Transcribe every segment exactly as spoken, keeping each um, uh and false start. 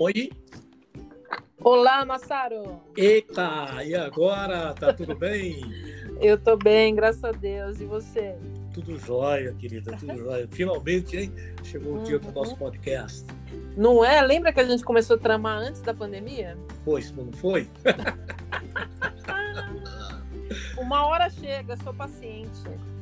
Oi? Olá, Massaro! Eita, e agora? Tá tudo bem? Eu tô bem, graças a Deus. E você? Tudo jóia, querida, tudo jóia. Finalmente, hein? Chegou o Uhum. dia do nosso podcast. Não é? Lembra que a gente começou a tramar antes da pandemia? Pois, não foi? Uma hora chega, sou paciente.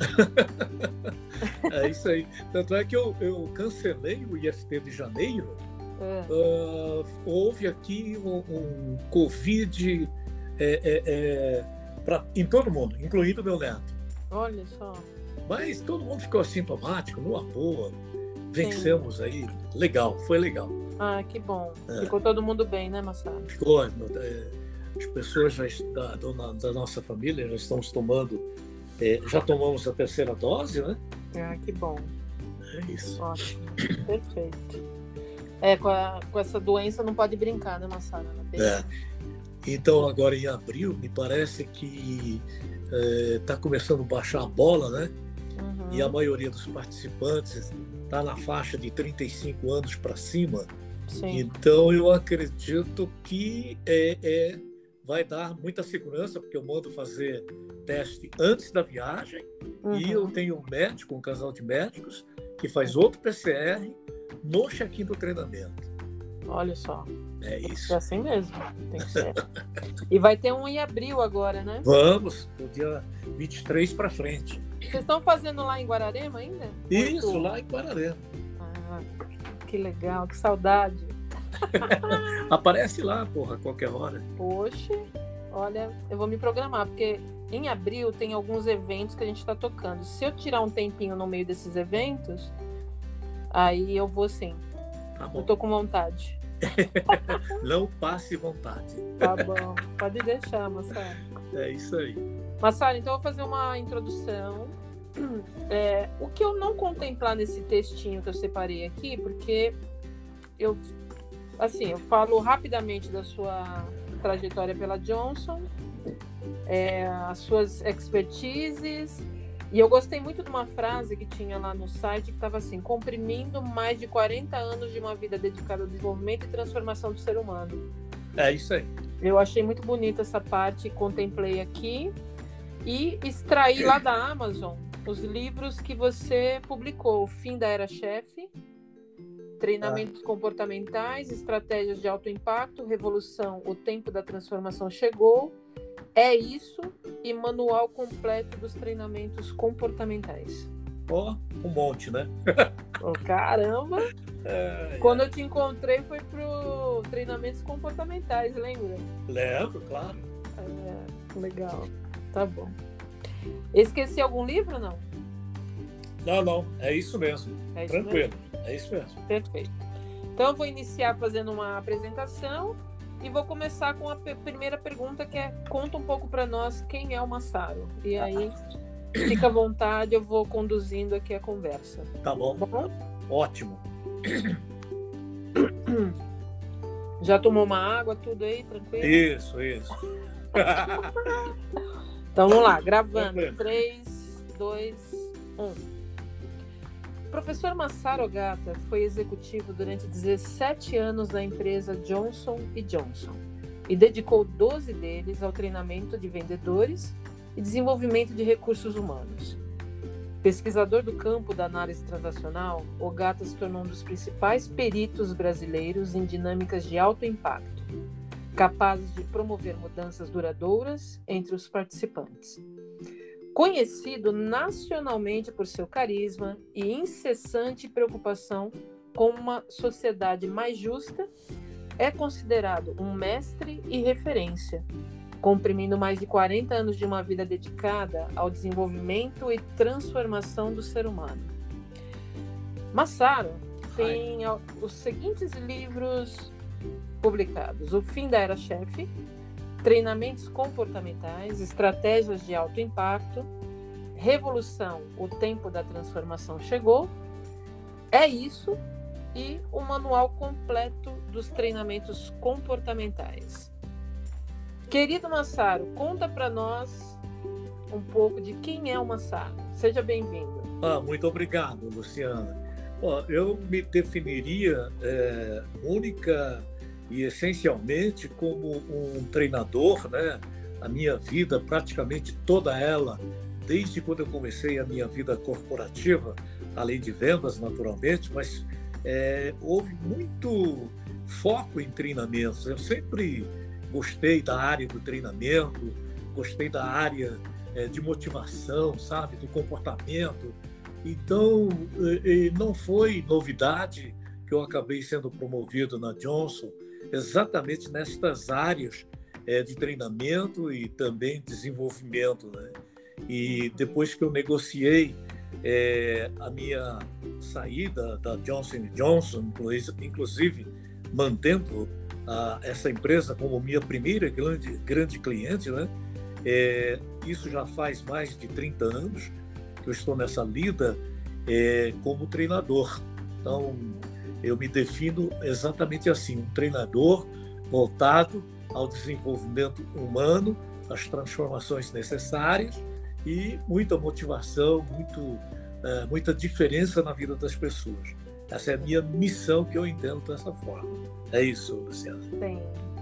É isso aí. Tanto é que eu, eu cancelei o I F T de janeiro. É. Uh, houve aqui um, um Covid é, é, é, pra, em todo mundo, incluindo meu neto. Olha só. Mas todo mundo ficou assintomático, numa boa. Vencemos Sim. aí. Legal, foi legal. Ah, que bom. É. Ficou todo mundo bem, né, Massaro? Ficou. É, as pessoas já, da, da nossa família já estamos tomando, é, já tomamos a terceira dose, né? Ah, que bom. É isso. Ótimo. Perfeito. É, com, a, com essa doença não pode brincar, né, Massaro? É. Então, agora em abril, me parece que está é, começando a baixar a bola, né? Uhum. E a maioria dos participantes está na faixa de trinta e cinco anos para cima. Sim. Então, eu acredito que é, é, vai dar muita segurança, porque eu mando fazer teste antes da viagem. Uhum. E eu tenho um médico, um casal de médicos, que faz outro P C R no check-in do treinamento. Olha só. É isso. É assim mesmo. Tem que ser. E vai ter um em abril agora, né? Vamos, do dia vinte e três para frente. Vocês estão fazendo lá em Guararema ainda? Isso, Muito... lá em Guararema. Ah, que legal, que saudade. Aparece lá, porra, a qualquer hora. Poxa, olha, eu vou me programar, porque em abril tem alguns eventos que a gente está tocando. Se eu tirar um tempinho no meio desses eventos, aí eu vou sim. Tá bom. Eu tô com vontade. Não passe vontade. Tá bom, pode deixar, Massaro. É isso aí. Massaro, então eu vou fazer uma introdução. É, o que eu não contemplar nesse textinho que eu separei aqui, porque eu, assim, eu falo rapidamente da sua trajetória pela Johnson, é, as suas expertises. E eu gostei muito de uma frase que tinha lá no site, que estava assim: comprimindo mais de quarenta anos de uma vida dedicada ao desenvolvimento e transformação do ser humano. É isso aí. Eu achei muito bonita essa parte, contemplei aqui. E extraí lá da Amazon os livros que você publicou: O Fim da Era Chefe, Treinamentos ah. Comportamentais, Estratégias de Alto Impacto, Revolução, O Tempo da Transformação Chegou, É Isso e Manual Completo dos Treinamentos Comportamentais. Ó, oh, um monte, né? Oh, caramba! É, Quando é. eu te encontrei foi pro Treinamentos Comportamentais, lembra? Lembro, claro. É, legal. Tá bom. Esqueci algum livro, não? Não, não. É isso mesmo. É isso Tranquilo. Mesmo? É isso mesmo. Perfeito. Então, eu vou iniciar fazendo uma apresentação e vou começar com a p- primeira pergunta, que é: conta um pouco para nós quem é o Massaro. E aí, fica à vontade, eu vou conduzindo aqui a conversa. Tá bom. Tá bom? Ótimo. Já tomou uma água, tudo aí, tranquilo? Isso, isso. Então vamos lá, gravando. três, dois, um. O professor Massaro Ogata foi executivo durante dezessete anos na empresa Johnson e Johnson e dedicou doze deles ao treinamento de vendedores e desenvolvimento de recursos humanos. Pesquisador do campo da análise transacional, Ogata se tornou um dos principais peritos brasileiros em dinâmicas de alto impacto, capazes de promover mudanças duradouras entre os participantes. Conhecido nacionalmente por seu carisma e incessante preocupação com uma sociedade mais justa, é considerado um mestre e referência, comprimindo mais de quarenta anos de uma vida dedicada ao desenvolvimento e transformação do ser humano. Massaro tem os seguintes livros publicados: O Fim da Era Chefe, Treinamentos Comportamentais, Estratégias de Alto Impacto, Revolução, O Tempo da Transformação Chegou, É Isso e o Manual Completo dos Treinamentos Comportamentais. Querido Massaro, conta para nós um pouco de quem é o Massaro. Seja bem-vindo. Ah, muito obrigado, Luciana. Ó, eu me definiria é, única e essencialmente como um treinador, né? A minha vida, praticamente toda ela, desde quando eu comecei a minha vida corporativa, além de vendas, naturalmente, mas é, houve muito foco em treinamentos. Eu sempre gostei da área do treinamento, gostei da área é, de motivação, sabe, do comportamento. Então, e, e não foi novidade que eu acabei sendo promovido na Johnson, exatamente nestas áreas é, de treinamento e também desenvolvimento, né? E depois que eu negociei é, a minha saída da Johnson and Johnson, inclusive mantendo a, essa empresa como minha primeira grande, grande cliente, né? É, isso já faz mais de trinta anos que eu estou nessa lida é, como treinador. Então, eu me defino exatamente assim, um treinador voltado ao desenvolvimento humano, às transformações necessárias e muita motivação, muito, é, muita diferença na vida das pessoas. Essa é a minha missão, que eu entendo dessa forma. É isso, Luciana. Sim.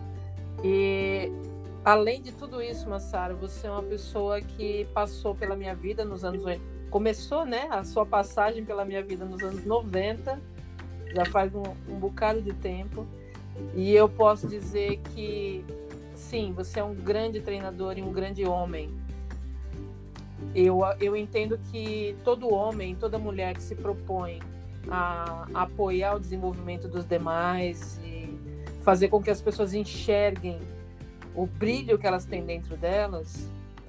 E, além de tudo isso, Massaro, você é uma pessoa que passou pela minha vida nos anos oitenta. Começou, né, a sua passagem pela minha vida nos anos noventa, já faz um, um bocado de tempo. E eu posso dizer que, sim, você é um grande treinador e um grande homem. Eu, eu entendo que todo homem, toda mulher que se propõe a, a apoiar o desenvolvimento dos demais e fazer com que as pessoas enxerguem o brilho que elas têm dentro delas,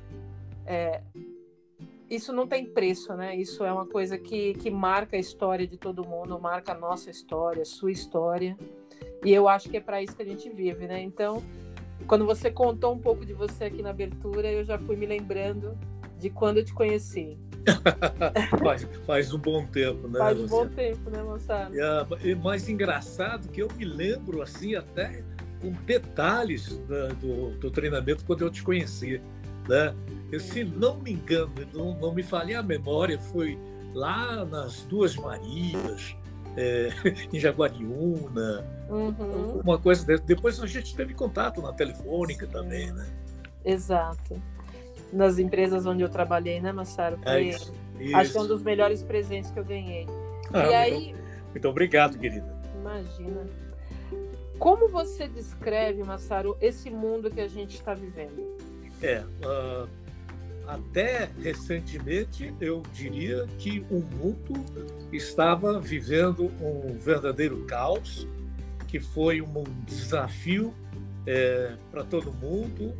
é, isso não tem preço, né? Isso é uma coisa que, que marca a história de todo mundo, marca a nossa história, a sua história. E eu acho que é para isso que a gente vive, né? Então, quando você contou um pouco de você aqui na abertura, eu já fui me lembrando de quando eu te conheci. faz, faz um bom tempo, né? Faz um você... bom tempo, né, moçada? É, é mais engraçado que eu me lembro, assim, até com detalhes da, do, do treinamento quando eu te conheci, né? Eu, se não me engano, não, não me falhei a memória, foi lá nas Duas Marias, é, em Jaguariúna, uhum. Uma coisa dessa. Depois a gente teve contato na Telefônica. Sim. Também, né? Exato. Nas empresas onde eu trabalhei, né, Massaro? Foi, é isso, isso. Acho que é um dos melhores presentes que eu ganhei. Ah, e aí... muito, muito obrigado, querida. Imagina. Como você descreve, Massaro, esse mundo que a gente está vivendo? É, uh, até recentemente eu diria que o mundo estava vivendo um verdadeiro caos, que foi um desafio é, para todo mundo,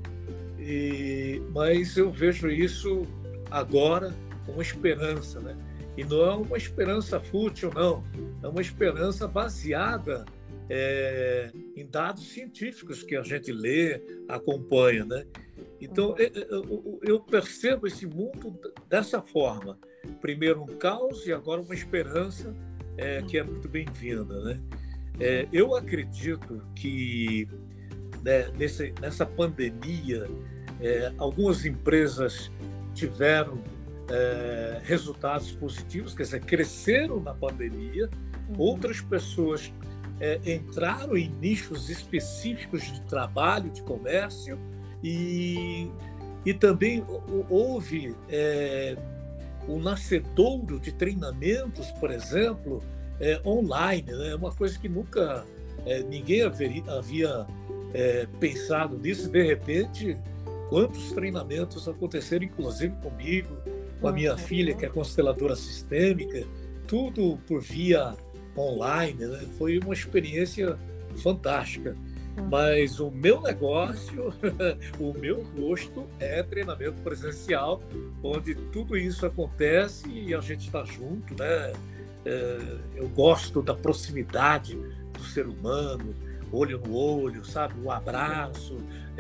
e, mas eu vejo isso agora com esperança, né? E não é uma esperança fútil, não, é uma esperança baseada é, em dados científicos que a gente lê, acompanha, né? Então, eu percebo esse mundo dessa forma. Primeiro um caos e agora uma esperança é, que é muito bem-vinda, né? É, eu acredito que né, nesse, nessa pandemia, é, algumas empresas tiveram é, resultados positivos, quer dizer, cresceram na pandemia, uhum. Outras pessoas é, entraram em nichos específicos de trabalho, de comércio, E, e também houve é, o nascedouro de treinamentos, por exemplo, é, online, né? Uma coisa que nunca é, ninguém haveria, havia é, pensado nisso. De repente, quantos treinamentos aconteceram, inclusive comigo, com a minha uhum. filha, que é consteladora sistêmica, tudo por via online, né? Foi uma experiência fantástica. Mas o meu negócio, o meu gosto é treinamento presencial, onde tudo isso acontece e a gente está junto, né? É, eu gosto da proximidade do ser humano, olho no olho, sabe? Um abraço,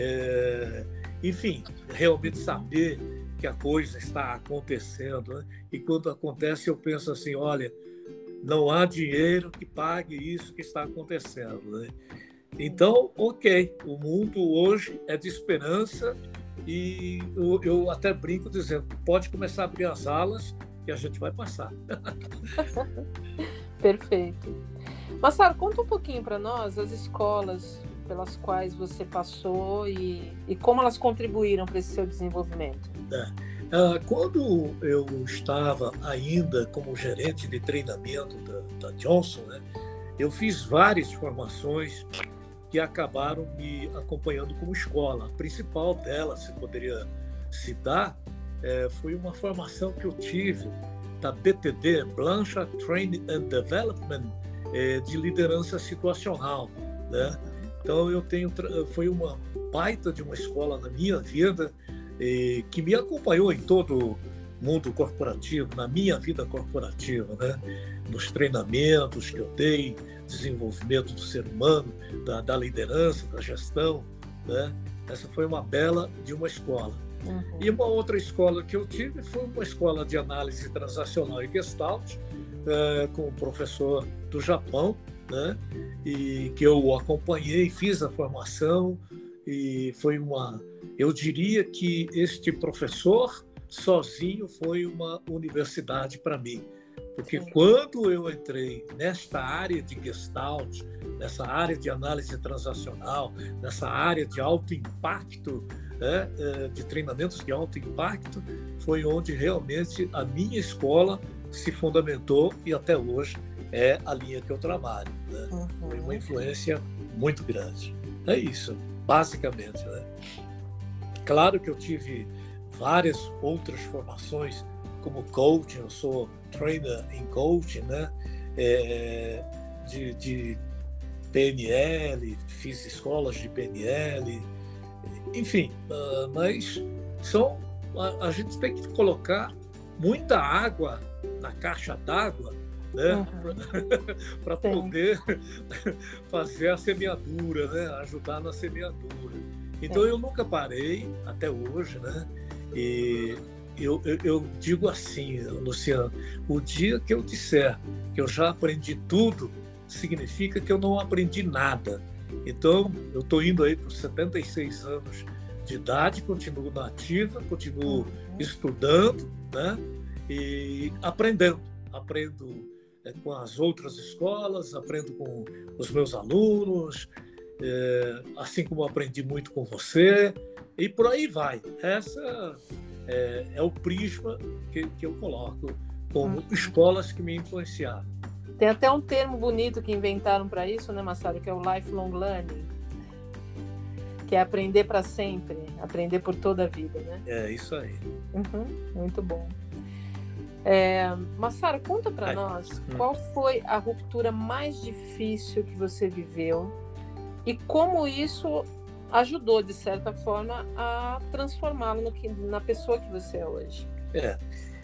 é, enfim, realmente saber que a coisa está acontecendo, né? E quando acontece eu penso assim, olha, não há dinheiro que pague isso que está acontecendo, né? Então, ok, o mundo hoje é de esperança e eu, eu até brinco dizendo, pode começar a abrir as alas que a gente vai passar. Perfeito. Massaro, conta um pouquinho para nós as escolas pelas quais você passou e, e como elas contribuíram para esse seu desenvolvimento? É. Ah, quando eu estava ainda como gerente de treinamento da, da Johnson, né, eu fiz várias formações que acabaram me acompanhando como escola. A principal delas, se poderia citar, é, foi uma formação que eu tive da B T D, Blanchard Training and Development, é, de liderança situacional, né? Então eu tenho, foi uma baita de uma escola na minha vida, e que me acompanhou em todo o mundo corporativo, na minha vida corporativa, né? Nos treinamentos que eu dei, desenvolvimento do ser humano, da, da liderança, da gestão, né? Essa foi uma bela de uma escola. Uhum. E uma outra escola que eu tive foi uma escola de análise transacional e Gestalt, é, com um professor do Japão, né? E que eu acompanhei, fiz a formação, e foi uma... Eu diria que este professor sozinho foi uma universidade para mim, porque Sim. quando eu entrei nesta área de Gestalt, nessa área de análise transacional, nessa área de alto impacto, né, de treinamentos de alto impacto, foi onde realmente a minha escola se fundamentou e até hoje é a linha que eu trabalho, né? Uhum. Foi uma influência muito grande. É isso, basicamente, né? Claro que eu tive várias outras formações, como coaching, eu sou trainer em coaching, né? É, de, de P N L, fiz escolas de P N L, enfim, uh, mas são, a, a gente tem que colocar muita água na caixa d'água, né? Uhum. Para poder fazer a semeadura, né? Ajudar na semeadura. Então, eu nunca parei, até hoje, né? E eu, eu, eu digo assim, Luciano, o dia que eu disser que eu já aprendi tudo, significa que eu não aprendi nada. Então, eu estou indo aí para os setenta e seis anos de idade, continuo na ativa, continuo uhum. estudando, né? E aprendendo. Aprendo é, com as outras escolas, aprendo com os meus alunos, É, assim como aprendi muito com você, e por aí vai. Essa é, é o prisma que, que eu coloco como uhum. escolas que me influenciaram. Tem até um termo bonito que inventaram para isso, né, Massaro, que é o lifelong learning, que é aprender para sempre, aprender por toda a vida, né? É, isso aí. Uhum, muito bom. É, Massaro, conta para nós hum. qual foi a ruptura mais difícil que você viveu e como isso ajudou, de certa forma, a transformá-lo no que, na pessoa que você é hoje. É,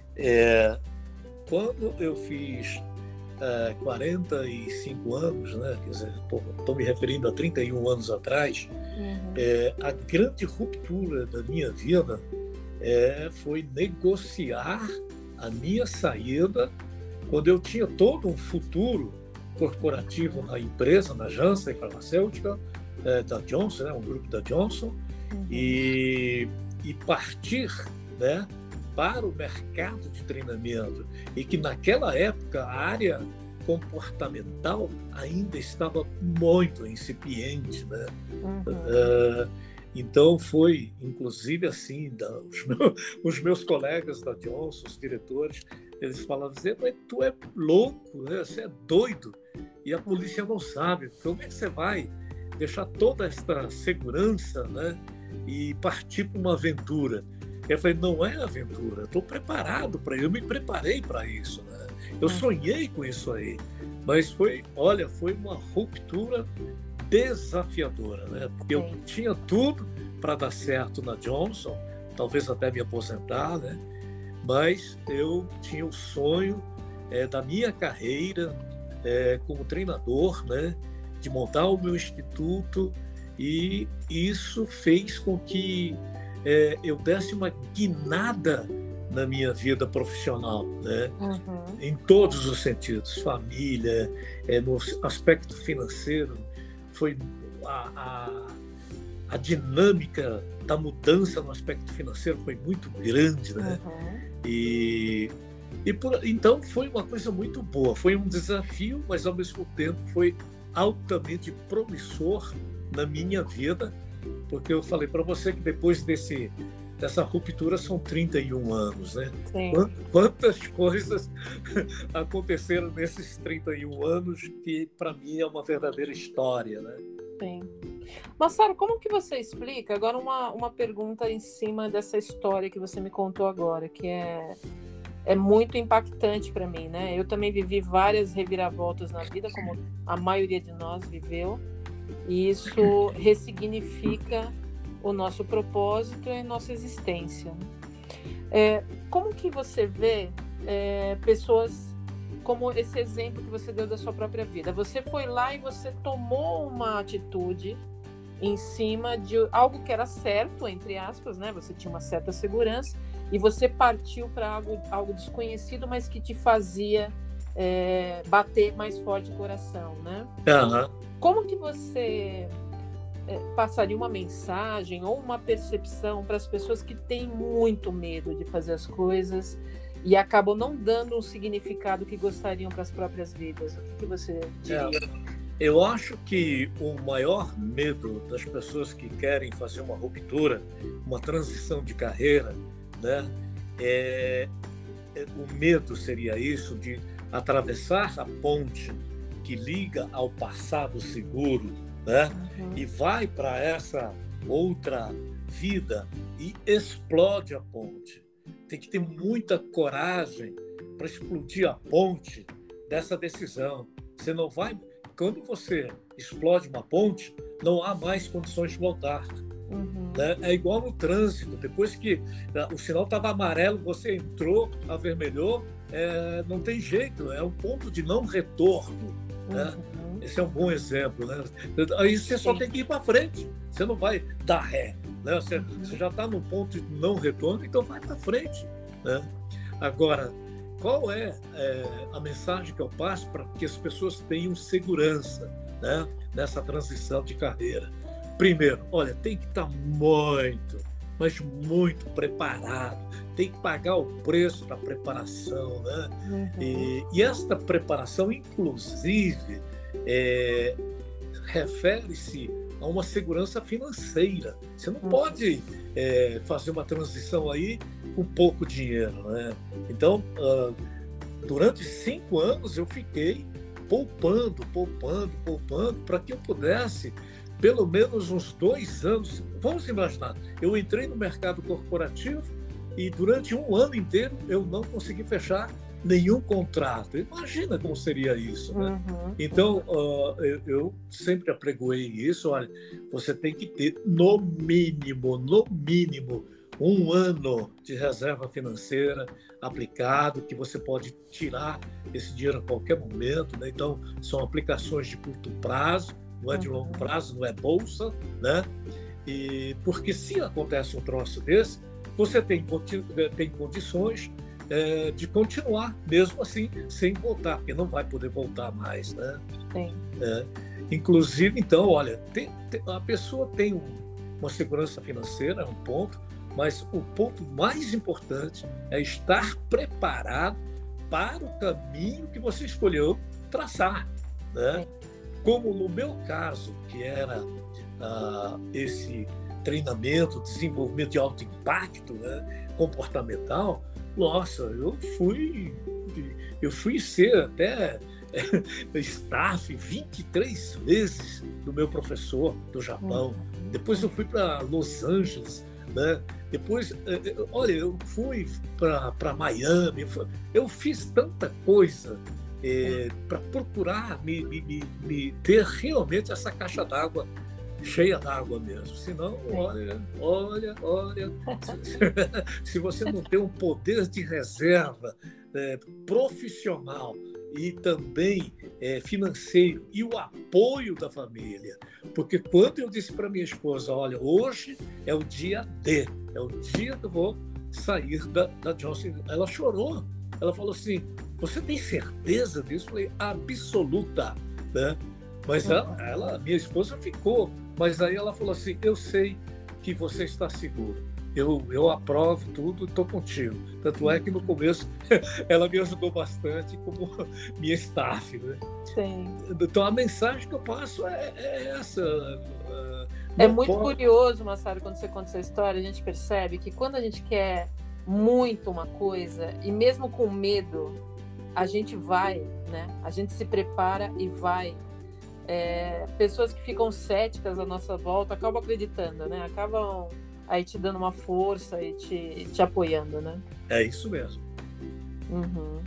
é quando eu fiz é, quarenta e cinco anos, né, quer dizer, estou me referindo a trinta e um anos atrás, uhum. é, a grande ruptura da minha vida é, foi negociar a minha saída quando eu tinha todo um futuro corporativo na empresa, na Janssen Farmacêutica, é, da Johnson, né, um grupo da Johnson, uhum. e, e partir, né, para o mercado de treinamento. E que naquela época a área comportamental ainda estava muito incipiente, né? Uhum. Uh, então foi, inclusive assim, da, os, meus, os meus colegas da Johnson, os diretores, eles falavam assim, mas tu é louco, né? Você é doido. E a polícia não sabe. Como é que você vai deixar toda esta segurança, né, e partir para uma aventura? Eu falei, não é aventura, estou preparado para isso, eu me preparei para isso, né? Eu sonhei com isso aí. Mas foi, olha, foi uma ruptura desafiadora, né? Porque eu tinha tudo para dar certo na Johnson, talvez até me aposentar, né? Mas eu tinha o sonho é, da minha carreira é, como treinador, né, de montar o meu instituto, e isso fez com que é, eu desse uma guinada na minha vida profissional, né? Uhum. Em todos os sentidos, família, é, no aspecto financeiro, foi a, a, a dinâmica da mudança no aspecto financeiro foi muito grande, né? Uhum. E, e por, então foi uma coisa muito boa, foi um desafio, mas ao mesmo tempo foi altamente promissor na minha vida, porque eu falei para você que depois desse, dessa ruptura são trinta e um anos, né? Sim. Quantas coisas aconteceram nesses trinta e um anos que para mim é uma verdadeira história, né? Sim. Massaro, como que você explica, agora uma, uma pergunta em cima dessa história que você me contou agora, que é, é muito impactante para mim, né? Eu também vivi várias reviravoltas na vida, como a maioria de nós viveu, e isso ressignifica o nosso propósito e a nossa existência. É, como que você vê é, pessoas como esse exemplo que você deu da sua própria vida? Você foi lá e você tomou uma atitude em cima de algo que era certo, entre aspas, né? Você tinha uma certa segurança e você partiu para algo, algo desconhecido, mas que te fazia é, bater mais forte o coração, né? Uhum. Como que você é, passaria uma mensagem ou uma percepção para as pessoas que têm muito medo de fazer as coisas e acabam não dando um significado que gostariam para as próprias vidas? O que, que você diria? É. Eu acho que o maior medo das pessoas que querem fazer uma ruptura, uma transição de carreira, né, é, é, o medo seria isso de atravessar a ponte que liga ao passado seguro, né, uhum. e vai para essa outra vida e explode a ponte. Tem que ter muita coragem para explodir a ponte dessa decisão. Você não vai... Quando você explode uma ponte, não há mais condições de voltar. Uhum. Né? É igual no trânsito. Depois que o sinal estava amarelo, você entrou, avermelhou, é, não tem jeito. É um ponto de não retorno. Uhum. Né? Esse é um bom exemplo. Né? Aí você só Sim. tem que ir para frente. Você não vai dar ré. Né? Você, uhum. você já está no ponto de não retorno, então vai para frente. Né? Agora, qual é, é a mensagem que eu passo para que as pessoas tenham segurança, né, nessa transição de carreira? Primeiro, olha, tem que estar muito, mas muito preparado, tem que pagar o preço da preparação, né? Uhum. E, e esta preparação, inclusive, é, refere-se a uma segurança financeira. Você não uhum. pode é, fazer uma transição aí com pouco dinheiro, né? Então, uh, durante cinco anos eu fiquei poupando, poupando, poupando, para que eu pudesse, pelo menos uns dois anos, vamos imaginar, eu entrei no mercado corporativo e durante um ano inteiro eu não consegui fechar nenhum contrato. Imagina como seria isso, né? Uhum. Então, uh, eu, eu sempre apregoei isso, olha, você tem que ter no mínimo, no mínimo, um ano de reserva financeira aplicado, que você pode tirar esse dinheiro a qualquer momento, né? Então, são aplicações de curto prazo, não é de longo prazo, não é bolsa, né? E, porque se acontece um troço desse, você tem, tem condições é, de continuar, mesmo assim, sem voltar, porque não vai poder voltar mais, né? Sim. É, inclusive, então, olha, tem, tem, a pessoa tem um, uma segurança financeira, é um ponto, mas o ponto mais importante é estar preparado para o caminho que você escolheu traçar, né? Como no meu caso, que era ah, esse treinamento, desenvolvimento de alto impacto, né, comportamental, nossa, eu fui, eu fui ser até é, staff vinte e três vezes do meu professor do Japão. Depois eu fui para Los Angeles, né? Depois, olha, eu fui para Miami, eu fiz tanta coisa é, para procurar me, me, me ter realmente essa caixa d'água cheia d'água mesmo. Senão, olha, olha, olha, se, se você não tem um poder de reserva é, profissional e também é, financeiro e o apoio da família, porque quando eu disse para minha esposa, olha, hoje é o dia D, é o dia que eu vou sair da, da Johnson, ela chorou, ela falou assim, você tem certeza disso? Eu falei, absoluta, né? Mas ela, ela, minha esposa ficou, mas aí ela falou assim, eu sei que você está seguro, eu, eu aprovo tudo, estou contigo. Tanto é que no começo ela me ajudou bastante como minha staff, né? Sim. Então a mensagem que eu passo é, é essa. É muito pode... curioso, Massaro, quando você conta essa história, a gente percebe que quando a gente quer muito uma coisa, e mesmo com medo, a gente vai, né? A gente se prepara e vai. É, pessoas que ficam céticas à nossa volta acabam acreditando, né? Acabam aí te dando uma força e te, te apoiando, né? É isso mesmo. Uhum.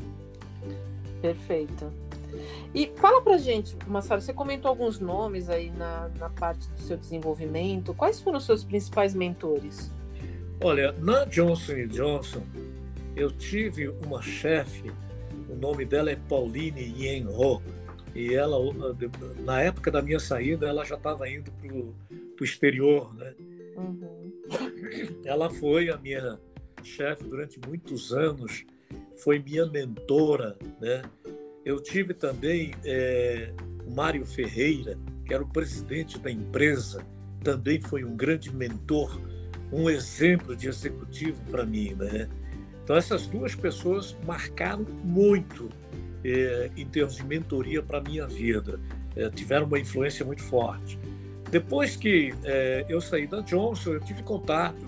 Perfeito. E fala pra gente, Massaro, você comentou alguns nomes aí na, na parte do seu desenvolvimento. Quais foram os seus principais mentores? Olha, na Johnson and Johnson, eu tive uma chefe, o nome dela é Pauline Yen Ho, e ela, na época da minha saída, ela já estava indo para o exterior, né? Uhum. Ela foi a minha chefe durante muitos anos, foi minha mentora, né? Eu tive também é, o Mário Ferreira, que era o presidente da empresa, também foi um grande mentor, um exemplo de executivo para mim, né? Então essas duas pessoas marcaram muito é, em termos de mentoria para a minha vida, é, tiveram uma influência muito forte. Depois que é, eu saí da Johnson, eu tive contato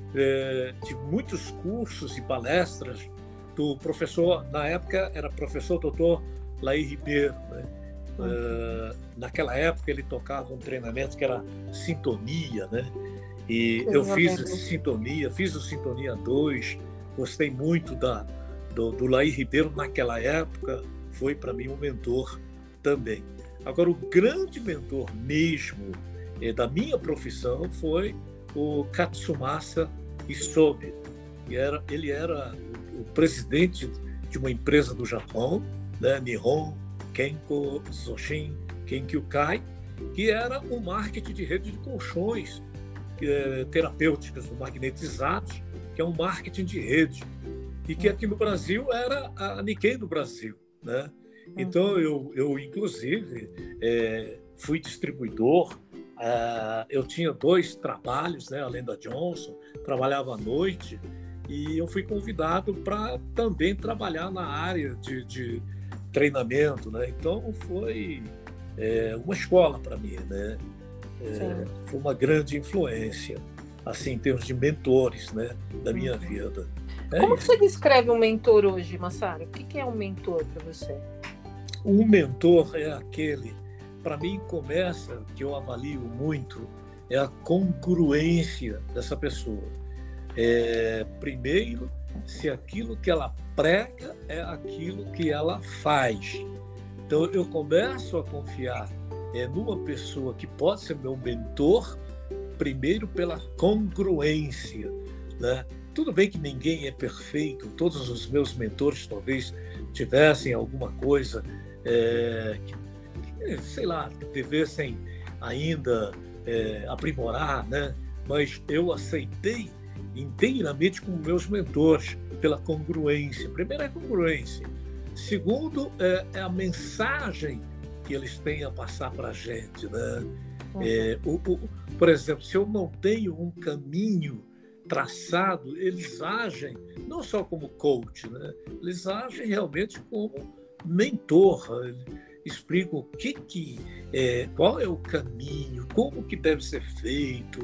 é, de muitos cursos e palestras do professor, na época era professor doutor Laí Ribeiro, né? Uhum. Uh, naquela época ele tocava um treinamento que era Sintonia, né? E eu, eu fiz esse Sintonia, fiz o Sintonia dois, gostei muito da, do, do Laí Ribeiro naquela época, foi para mim um mentor também. Agora, o grande mentor mesmo eh, da minha profissão foi o Katsumasa Isobe. E era, ele era o, o presidente de uma empresa do Japão, né, Nihon Kenko Soshin Kenkyukai, que era um marketing de rede de colchões eh, terapêuticos magnetizados, que é um marketing de rede, e que aqui no Brasil era a Nikkei do Brasil, né? Então, eu, eu inclusive, é, fui distribuidor. Uh, eu tinha dois trabalhos, né, além da Johnson, trabalhava à noite, e eu fui convidado para também trabalhar na área de, de treinamento, né? Então, foi é, uma escola para mim, né? É, foi uma grande influência, assim, em termos de mentores, né, da minha vida. É Como isso. você descreve um mentor hoje, Massaro? O que é um mentor para você? Um mentor é aquele, para mim, começa, que eu avalio muito, é a congruência dessa pessoa. É, primeiro, se aquilo que ela prega é aquilo que ela faz. Então, eu começo a confiar é, numa pessoa que pode ser meu mentor, primeiro pela congruência, né? Tudo bem que ninguém é perfeito, todos os meus mentores talvez tivessem alguma coisa É, que, sei lá, devessem ainda é, aprimorar, né? Mas eu aceitei inteiramente como meus mentores pela congruência. Primeiro é a congruência. Segundo é, é a mensagem que eles têm a passar para a gente, né? Uhum. É, o, o, por exemplo, se eu não tenho um caminho traçado, eles agem não só como coach, né? Eles agem realmente como mentor, explica o que que é, qual é o caminho, como que deve ser feito,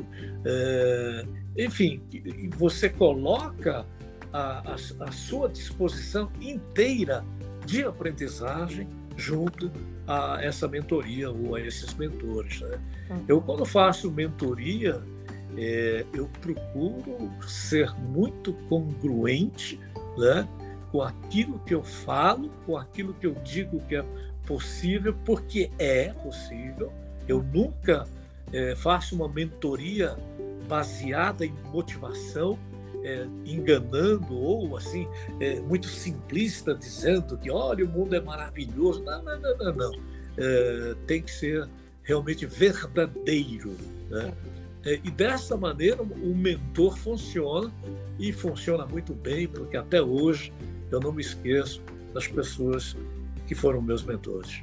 é, enfim, você coloca a, a, a sua disposição inteira de aprendizagem junto a essa mentoria ou a esses mentores, né? Uhum. Eu, quando faço mentoria, é, eu procuro ser muito congruente, né, com aquilo que eu falo, com aquilo que eu digo que é possível, porque é possível. Eu nunca é, faço uma mentoria baseada em motivação, é, enganando ou assim, é, muito simplista, dizendo que olha, o mundo é maravilhoso. Não, não, não, não. não. É, tem que ser realmente verdadeiro, né? É, e dessa maneira o mentor funciona, e funciona muito bem, porque até hoje eu não me esqueço das pessoas que foram meus mentores.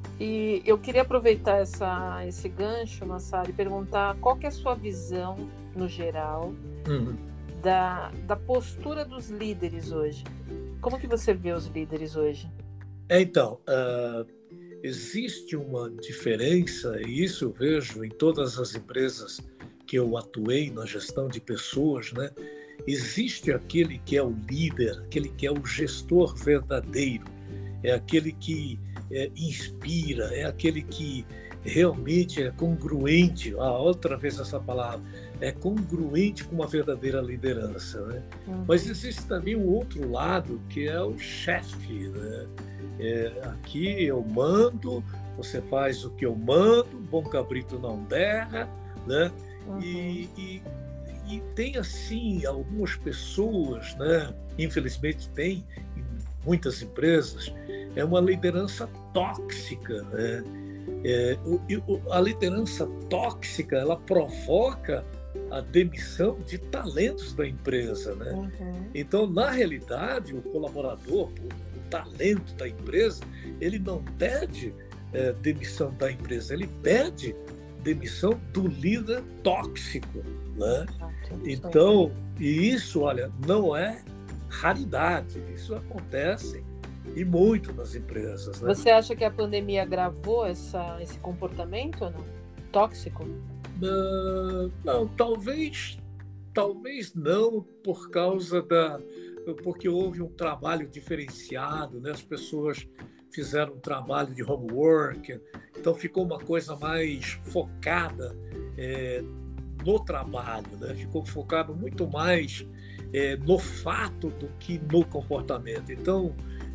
E eu queria aproveitar essa, esse gancho, Massaro, e perguntar qual que é a sua visão, no geral, Uhum. da, da postura dos líderes hoje. Como que você vê os líderes hoje? Então, uh, existe uma diferença, e isso eu vejo em todas as empresas que eu atuei na gestão de pessoas, né? Existe aquele que é o líder, aquele que é o gestor verdadeiro, é aquele que é, inspira, é aquele que realmente é congruente, ah, outra vez essa palavra, é congruente com uma verdadeira liderança, né? Uhum. Mas existe também um outro lado, que é o chefe, né? É, aqui eu mando, você faz o que eu mando, bom cabrito não berra, né? Uhum. E, e, e tem, assim, algumas pessoas, né? Infelizmente tem, em muitas empresas, é uma liderança tóxica, né? É, o, a liderança tóxica, ela provoca a demissão de talentos da empresa, né? Uhum. Então, na realidade, o colaborador, o talento da empresa, ele não pede é, demissão da empresa, ele pede demissão do líder tóxico, né? Então, e isso, olha, não é raridade, isso acontece e muito nas empresas, né? Você acha que a pandemia agravou essa, esse comportamento ou não? Tóxico? Uh, não, talvez, talvez não, por causa da, porque houve um trabalho diferenciado, né? As pessoas fizeram um trabalho de homework, então ficou uma coisa mais focada é, no trabalho, né? Ficou focado muito mais é, no fato do que no comportamento. Então,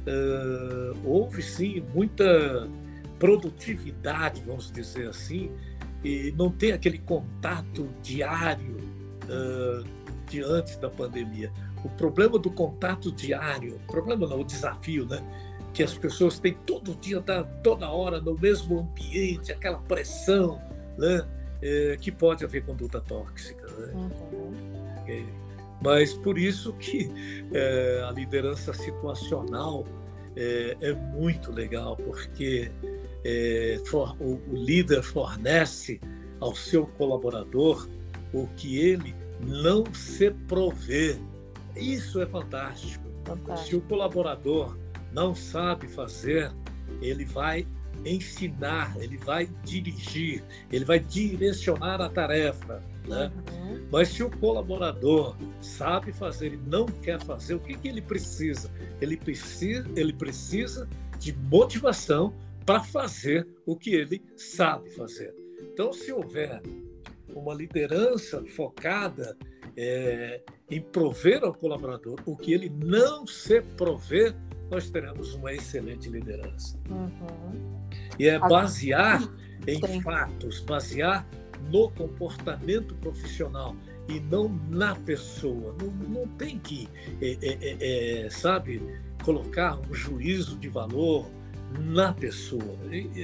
Uh, houve sim muita produtividade, vamos dizer assim, e não tem aquele contato diário uh, de antes da pandemia. O problema do contato diário, o problema não, o desafio, né? Que as pessoas têm todo dia, tá, toda hora no mesmo ambiente, aquela pressão, né? É, que pode haver conduta tóxica, né? Uhum. É. Mas por isso que é, a liderança situacional é, é muito legal, porque é, for, o, o líder fornece ao seu colaborador o que ele não se provê. Isso é fantástico. fantástico. Se o colaborador não sabe fazer, ele vai ensinar, ele vai dirigir, ele vai direcionar a tarefa, né? Uhum. Mas se o colaborador sabe fazer e não quer fazer, o que, que ele precisa? Ele precisa, ele precisa de motivação para fazer o que ele sabe fazer. Então, se houver uma liderança focada é, em prover ao colaborador o que ele não se provê, nós teremos uma excelente liderança. Uhum. E é basear em Sim. fatos, basear no comportamento profissional e não na pessoa. Não, não tem que, é, é, é, sabe, colocar um juízo de valor na pessoa.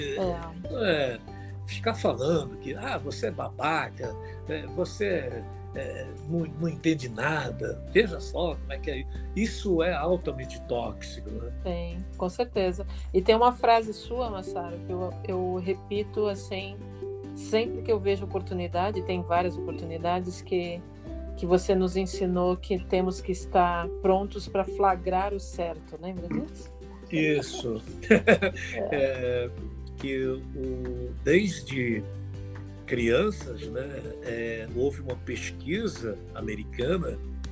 É, é, ficar falando que ah, você é babaca, é, você é, não, não entende nada, veja só como é que é. Isso é altamente tóxico, né? Tem, com certeza. E tem uma frase sua, Massaro, que eu, eu repito assim, sempre que eu vejo oportunidade, tem várias oportunidades que, que você nos ensinou que temos que estar prontos para flagrar o certo, lembra disso? Isso. é. É, que o, desde crianças, né, é, houve uma pesquisa americana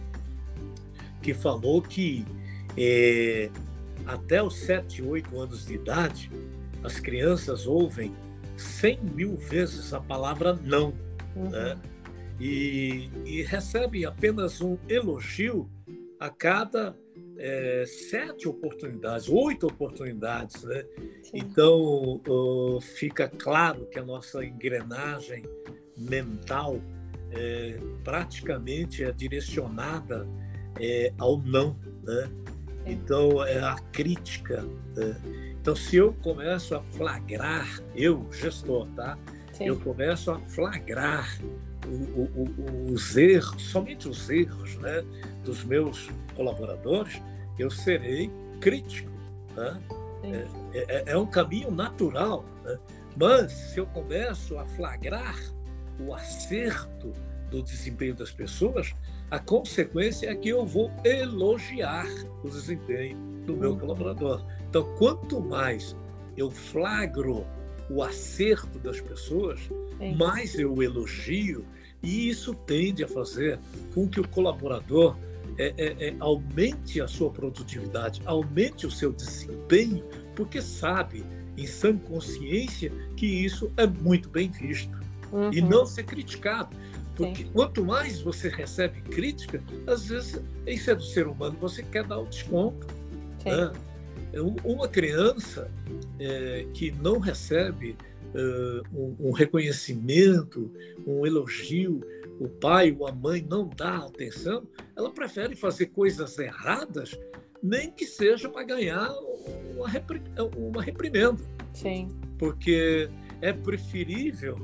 que falou que é, até os sete, oito anos de idade, as crianças ouvem cem mil vezes a palavra não, uhum. né? e, e recebem apenas um elogio a cada é, sete oportunidades, oito oportunidades, né? Então uh, fica claro que a nossa engrenagem mental é, praticamente é direcionada é, ao não, né? Então é a crítica, né? Então, se eu começo a flagrar, eu, gestor, tá? Sim. Eu começo a flagrar o, o, o, os erros, somente os erros, né, dos meus colaboradores, eu serei crítico, né? É, é, é um caminho natural, né? Mas, se eu começo a flagrar o acerto do desempenho das pessoas, a consequência é que eu vou elogiar o desempenho do meu colaborador. Então, quanto mais eu flagro o acerto das pessoas, Sim. mais eu elogio, e isso tende a fazer com que o colaborador é, é, é, aumente a sua produtividade, aumente o seu desempenho, porque sabe, em sã consciência, que isso é muito bem visto uhum. e não ser criticado. Porque Sim. quanto mais você recebe crítica, às vezes, isso é do ser humano, você quer dar o desconto. Né? Uma criança é, que não recebe uh, um, um reconhecimento, um elogio, o pai ou a mãe não dá atenção, ela prefere fazer coisas erradas, nem que seja para ganhar uma, repri uma reprimenda. Sim. Porque é preferível,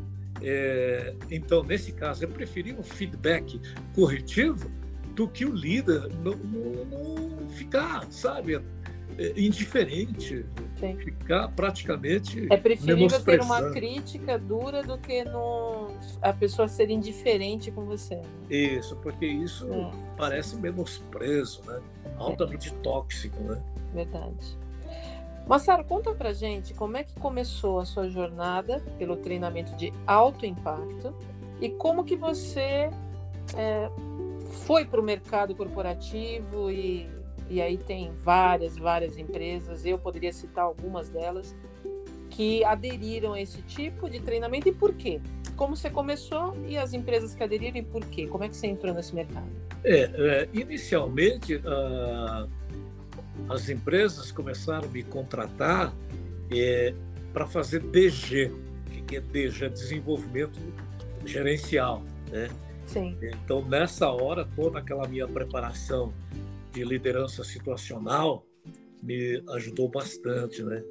é, então, nesse caso, é preferível um feedback corretivo do que o líder não, não, não ficar, sabe, indiferente, Sim. ficar praticamente É preferível ter uma crítica dura do que no, a pessoa ser indiferente com você. Né? Isso, porque isso é. parece menosprezo, né? Altamente é. tóxico, né? Verdade. Massaro, conta pra gente como é que começou a sua jornada pelo treinamento de alto impacto e como que você é, foi para o mercado corporativo e E aí tem várias, várias empresas, eu poderia citar algumas delas, que aderiram a esse tipo de treinamento. E por quê? Como você começou e as empresas que aderiram e por quê? Como é que você entrou nesse mercado? É, é, inicialmente, uh, as empresas começaram a me contratar é, para fazer D G. O que é D G? Desenvolvimento gerencial. Né? Sim. Então, nessa hora, toda aquela minha preparação de liderança situacional me ajudou bastante, né?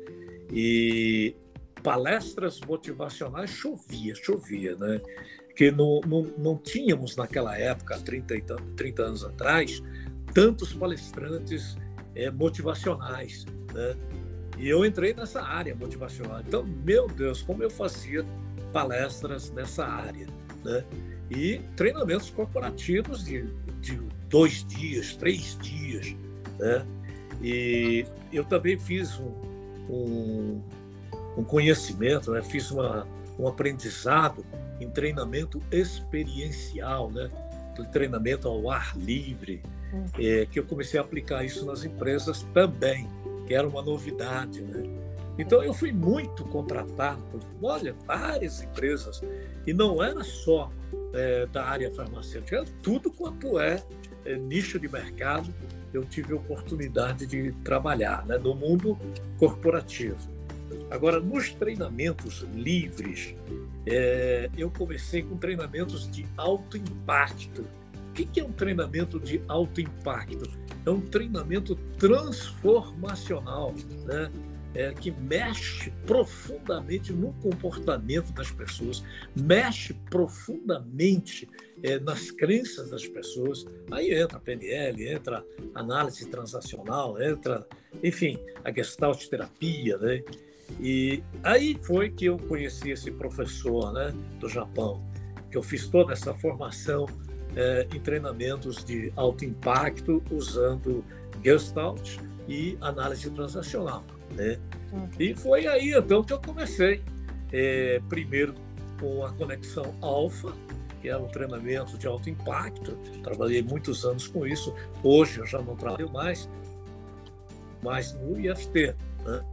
E palestras motivacionais chovia, chovia, né? Que não, não, não tínhamos naquela época, trinta, trinta anos atrás, tantos palestrantes é, motivacionais, né? E eu entrei nessa área motivacional. Então, meu Deus, como eu fazia palestras nessa área, né? E treinamentos corporativos de, de dois dias, três dias, né? E eu também fiz um, um, um conhecimento, né? Fiz uma, um aprendizado em treinamento experiencial, né? Treinamento ao ar livre, uhum. é, que eu comecei a aplicar isso nas empresas também, que era uma novidade, né? Então eu fui muito contratado por, olha, várias empresas, e não era só é, da área farmacêutica, era tudo quanto é, é nicho de mercado. Eu tive a oportunidade de trabalhar, né, no mundo corporativo. Agora, nos treinamentos livres, é, eu comecei com treinamentos de alto impacto. O que é um treinamento de alto impacto? É um treinamento transformacional, né? É, que mexe profundamente no comportamento das pessoas, mexe profundamente é, nas crenças das pessoas. Aí entra a P N L, entra a análise transacional, entra, enfim, a Gestalt terapia, né? E aí foi que eu conheci esse professor, né, do Japão, que eu fiz toda essa formação é, em treinamentos de alto impacto, usando Gestalt e análise transacional. Né? Uhum. E foi aí então que eu comecei, é, primeiro com a conexão alfa, que era um treinamento de alto impacto. Trabalhei muitos anos com isso. Hoje eu já não trabalho mais, mas no I F T. Né?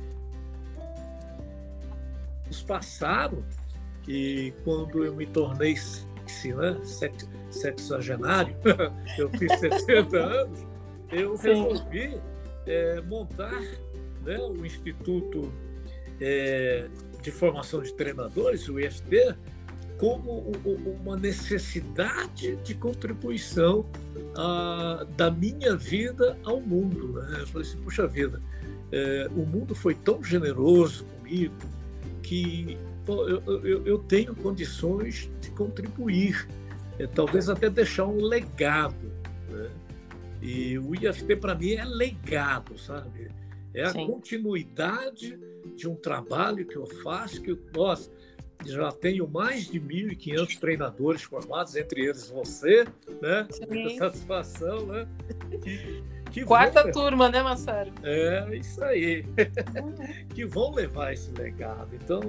Os passaram e quando eu me tornei sexy, né? Sex, sexagenário, eu fiz sessenta anos, eu resolvi é, montar, né, o Instituto é, de Formação de Treinadores, o I F T, como uma necessidade de contribuição a, da minha vida ao mundo. Né? Eu falei assim, puxa vida, é, o mundo foi tão generoso comigo que pô, eu, eu, eu tenho condições de contribuir, é, talvez até deixar um legado. Né? E o I F T, para mim, é legado, sabe? É a Sim. continuidade de um trabalho que eu faço, que, nossa, já tenho mais de mil e quinhentos treinadores formados, entre eles você, né? Muita satisfação, né? Que, que Quarta vão... turma, né, Massaro? É, isso aí. Que vão levar esse legado. Então,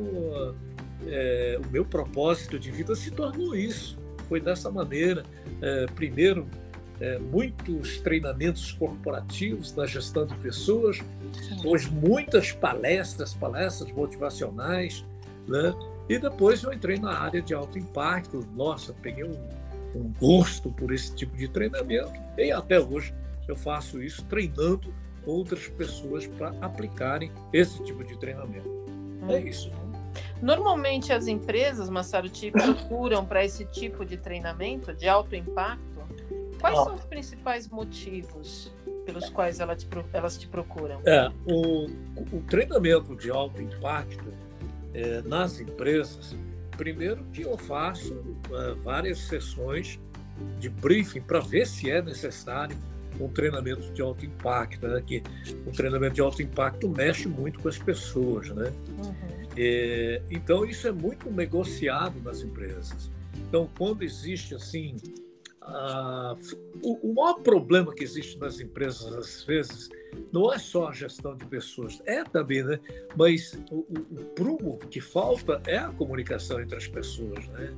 é, o meu propósito de vida se tornou isso. Foi dessa maneira. É, primeiro, é, muitos treinamentos corporativos na gestão de pessoas, hoje muitas palestras, palestras motivacionais, né? E depois eu entrei na área de alto impacto. Nossa, peguei um, um gosto por esse tipo de treinamento e até hoje eu faço isso treinando outras pessoas para aplicarem esse tipo de treinamento. Hum. É isso. Normalmente as empresas, Massaro, te procuram para esse tipo de treinamento de alto impacto. Quais ah. são os principais motivos pelos quais elas te, elas te procuram? É, o, o treinamento de alto impacto é, nas empresas, primeiro que eu faço é, várias sessões de briefing para ver se é necessário um treinamento de alto impacto, né? Que o treinamento de alto impacto mexe muito com as pessoas, né? Uhum. É, então isso é muito negociado nas empresas. Então, quando existe assim, a, o, o maior problema que existe nas empresas às vezes não é só a gestão de pessoas, é também, né? Mas o, o, o prumo que falta é a comunicação entre as pessoas, né?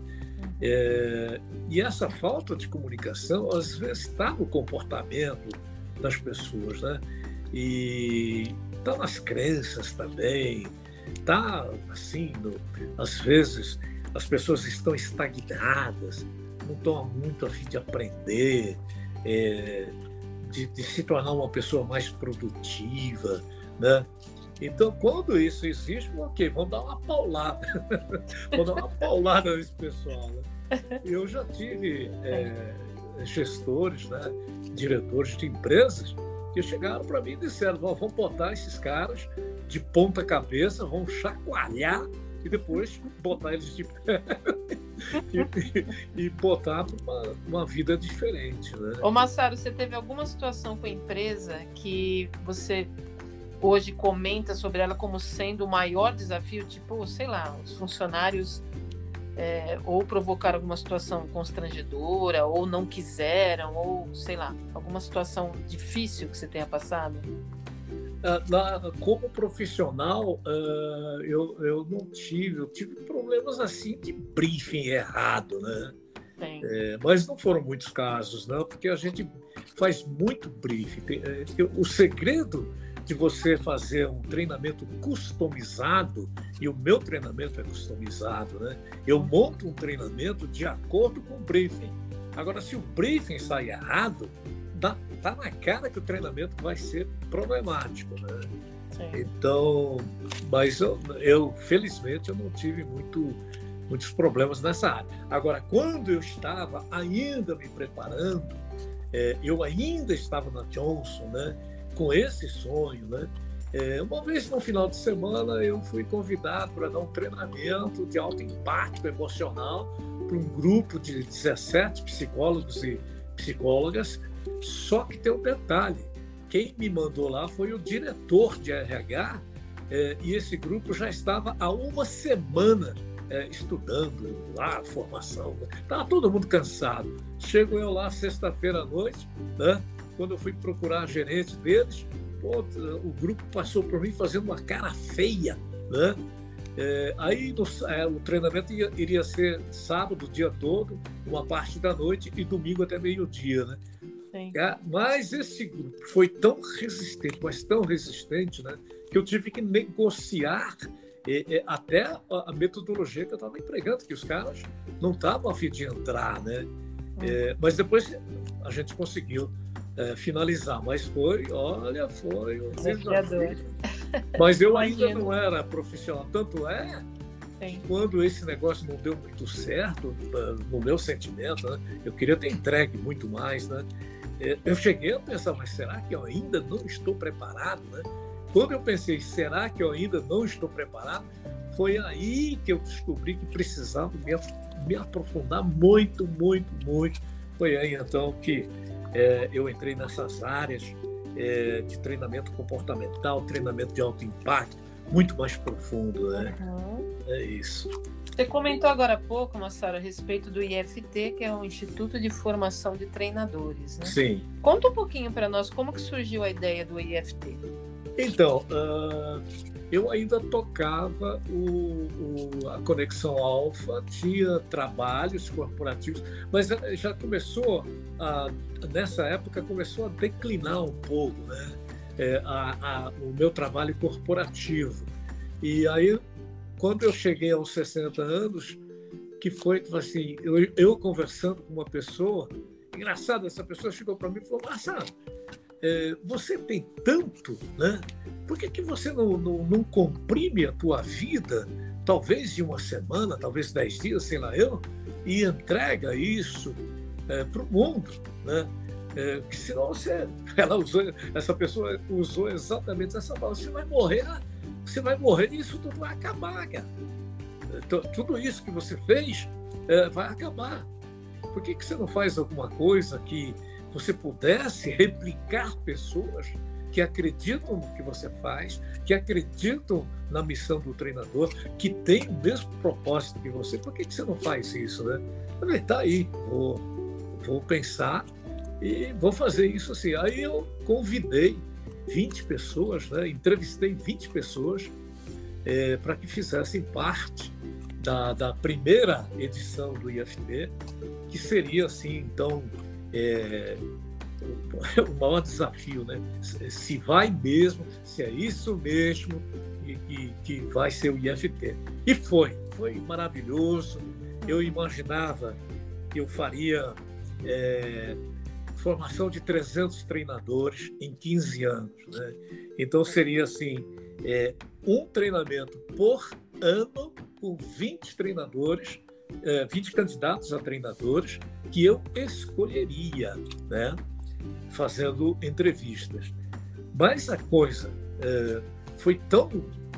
É, e essa falta de comunicação às vezes está no comportamento das pessoas, né? E está nas crenças também, está assim, no, às vezes as pessoas estão estagnadas, não estão muito a fim de aprender, é, de, de se tornar uma pessoa mais produtiva, né? Então, quando isso existe, ok, vamos dar uma paulada. Vamos dar uma paulada nesse pessoal, né? Eu já tive é, gestores, né, diretores de empresas que chegaram para mim e disseram, vamos botar esses caras de ponta cabeça, vamos chacoalhar e depois botar eles de pé e, e botar para uma, uma vida diferente, né? Ô Massaro, você teve alguma situação com a empresa que você hoje comenta sobre ela como sendo o maior desafio, tipo, sei lá, os funcionários é, ou provocaram alguma situação constrangedora, ou não quiseram, ou sei lá, alguma situação difícil que você tenha passado? Uh, na, como profissional, uh, eu, eu não tive, eu tive problemas assim de briefing errado, né? É, mas não foram muitos casos, não, porque a gente faz muito briefing. Tem, é, o segredo de você fazer um treinamento customizado, e o meu treinamento é customizado, né? Eu monto um treinamento de acordo com o briefing. Agora, se o briefing sai errado, dá, tá na cara que o treinamento vai ser problemático, né? Sim. Então, mas eu, eu, felizmente, eu não tive muito, muitos problemas nessa área. Agora, quando eu estava ainda me preparando, é, eu ainda estava na Johnson, né? Com esse sonho, né? É, uma vez no final de semana eu fui convidado para dar um treinamento de alto impacto emocional para um grupo de dezessete psicólogos e psicólogas, só que tem um detalhe, quem me mandou lá foi o diretor de R H, é, e esse grupo já estava há uma semana é, estudando lá a formação, estava todo mundo cansado. Chego eu lá sexta-feira à noite, né? Quando eu fui procurar a gerente deles, pô, o grupo passou por mim fazendo uma cara feia, né? É, aí no, é, o treinamento ia, iria ser sábado o dia todo, uma parte da noite e domingo até meio-dia, né? É, mas esse grupo foi tão resistente, mas tão resistente, né, que eu tive que negociar é, é, até a, a metodologia que eu estava empregando, que os caras não estavam a fim de entrar, né? É, mas depois a gente conseguiu É, finalizar, mas foi, olha, foi um desafio. Mas eu ainda não era profissional, tanto é Sim. Quando esse negócio não deu muito certo, no meu sentimento, né, eu queria ter entregue muito mais, né? Eu cheguei a pensar, mas será que eu ainda não estou preparado, né? Quando eu pensei, será que eu ainda não estou preparado, foi aí que eu descobri que precisava me, me aprofundar muito, muito, muito. Foi aí então que É, eu entrei nessas áreas é, de treinamento comportamental, treinamento de alto impacto, muito mais profundo, né? Uhum. É isso. Você comentou agora há pouco, Massaro, a respeito do I F T, que é o Instituto de Formação de Treinadores, né? Sim. Conta um pouquinho para nós como que surgiu a ideia do I F T. Então, uh, eu ainda tocava o, o, a Conexão Alfa, tinha trabalhos corporativos, mas já começou, a, nessa época, começou a declinar um pouco, né? É, a, a, o meu trabalho corporativo. E aí, quando eu cheguei aos sessenta anos, que foi assim, eu, eu conversando com uma pessoa, engraçado, essa pessoa chegou para mim e falou: Marcelo, é, você tem tanto, né? Por que, que você não, não, não comprime a tua vida, talvez de uma semana, talvez dez dias, sei lá eu, e entrega isso é, para o mundo, né? É, que senão você, ela usou, essa pessoa usou exatamente essa palavra: você vai morrer, você vai morrer e isso tudo vai acabar, cara. Tudo isso que você fez é, vai acabar. Por que, que você não faz alguma coisa que você pudesse replicar pessoas que acreditam no que você faz, que acreditam na missão do treinador, que tem o mesmo propósito que você? Por que, que você não faz isso, né? Eu falei: tá aí, vou, vou pensar e vou fazer isso assim. Aí eu convidei vinte pessoas, né? Entrevistei vinte pessoas é, para que fizessem parte da, da primeira edição do I F T, que seria assim, então, é, o maior desafio, né? Se vai mesmo, se é isso mesmo que, que, que vai ser o I F T. E foi, foi maravilhoso. Eu imaginava que eu faria é, formação de trezentos treinadores em quinze anos, né? Então seria assim, é, um treinamento por ano com vinte treinadores, é, vinte candidatos a treinadores que eu escolheria, né? Fazendo entrevistas. Mas a coisa é, foi tão...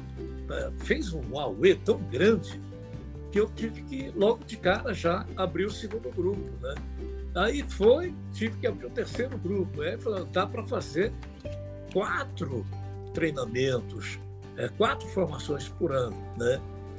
É, fez um auê tão grande que eu tive que, logo de cara, já abrir o segundo grupo, né? Aí foi, tive que abrir o terceiro grupo. Aí falou: dá para fazer quatro treinamentos, é, quatro formações por ano, né?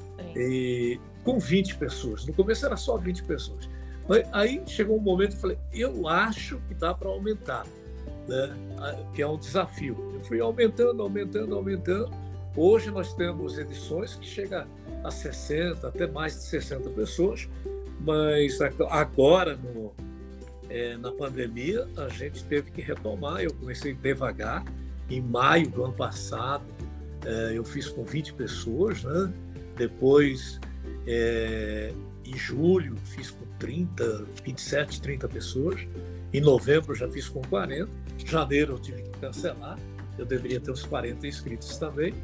E, com vinte pessoas. No começo era só vinte pessoas. Aí chegou um momento que eu falei: eu acho que dá para aumentar, né? Que é um desafio. Eu fui aumentando, aumentando, aumentando. Hoje nós temos edições que chegam a sessenta, até mais de sessenta pessoas, mas agora, no, é, na pandemia, a gente teve que retomar. Eu comecei devagar. Em maio do ano passado, é, eu fiz com vinte pessoas, né? Depois, é, em julho, fiz com trinta, vinte e sete, trinta pessoas. Em novembro, já fiz com quarenta. Em janeiro, eu tive que cancelar. Eu deveria ter uns quarenta inscritos também.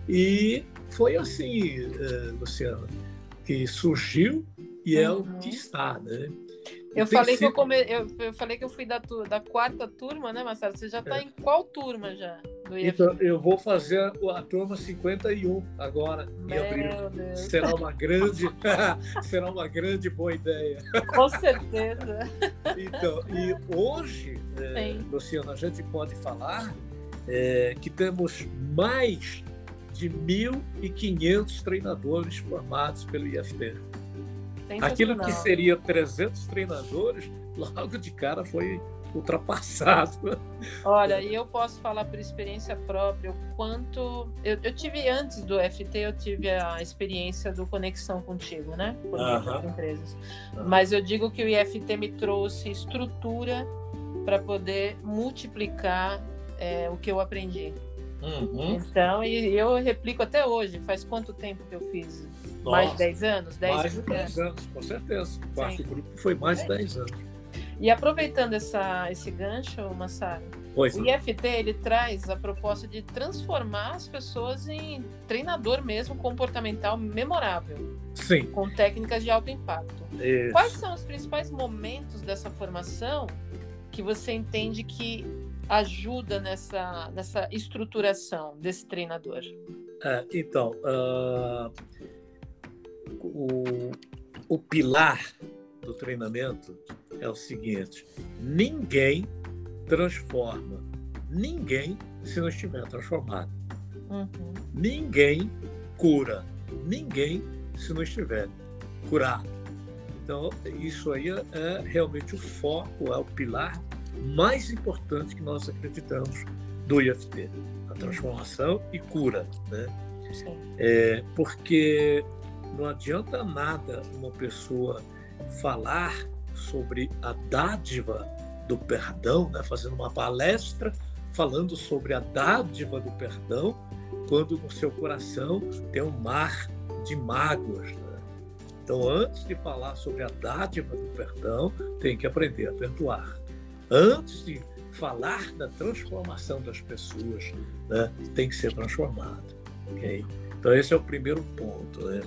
E foi assim, é, Luciana, que surgiu e é uhum. o que está, né? Eu falei, sido... que eu, come... eu, eu falei que eu fui da, tu... da quarta turma, né, Marcelo? Você já está é. em qual turma já? Do I F T? Então, eu vou fazer a, a turma cinquenta e um agora, em abril. Será uma grande, será uma grande boa ideia. Com certeza. Então, e hoje, é, Luciana, a gente pode falar é, que temos mais de mil e quinhentos treinadores formados pelo I F T. Aquilo que seria trezentos treinadores, logo de cara foi ultrapassado. Olha, e eu posso falar por experiência própria o quanto... Eu, eu tive, antes do I F T, eu tive a experiência do Conexão Contigo, né? Por uh-huh. empresas. Uh-huh. Mas eu digo que o I F T me trouxe estrutura para poder multiplicar é, o que eu aprendi. Uhum. Então, e eu replico até hoje. Faz quanto tempo que eu fiz? Nossa, mais de dez anos? dez mais de dez anos, com certeza. O quarto Sim. grupo foi mais de dez anos. E aproveitando essa, esse gancho, Massaro, pois o I F T ele traz a proposta de transformar as pessoas em treinador mesmo comportamental memorável. Sim. Com técnicas de alto impacto. Isso. Quais são os principais momentos dessa formação que você entende que ajuda nessa, nessa estruturação desse treinador? É, então, uh, o, o pilar do treinamento é o seguinte: ninguém transforma ninguém se não estiver transformado. Uhum. Ninguém cura ninguém se não estiver curado. Então, isso aí é, é realmente o foco, é o pilar mais importante que nós acreditamos do I F T, a transformação e cura, né? É, porque não adianta nada uma pessoa falar sobre a dádiva do perdão, né? Fazendo uma palestra falando sobre a dádiva do perdão, quando no seu coração tem um mar de mágoas, né? Então, antes de falar sobre a dádiva do perdão, tem que aprender a perdoar. Antes de falar da transformação das pessoas, né, tem que ser transformado. Okay? Então, esse é o primeiro ponto, né?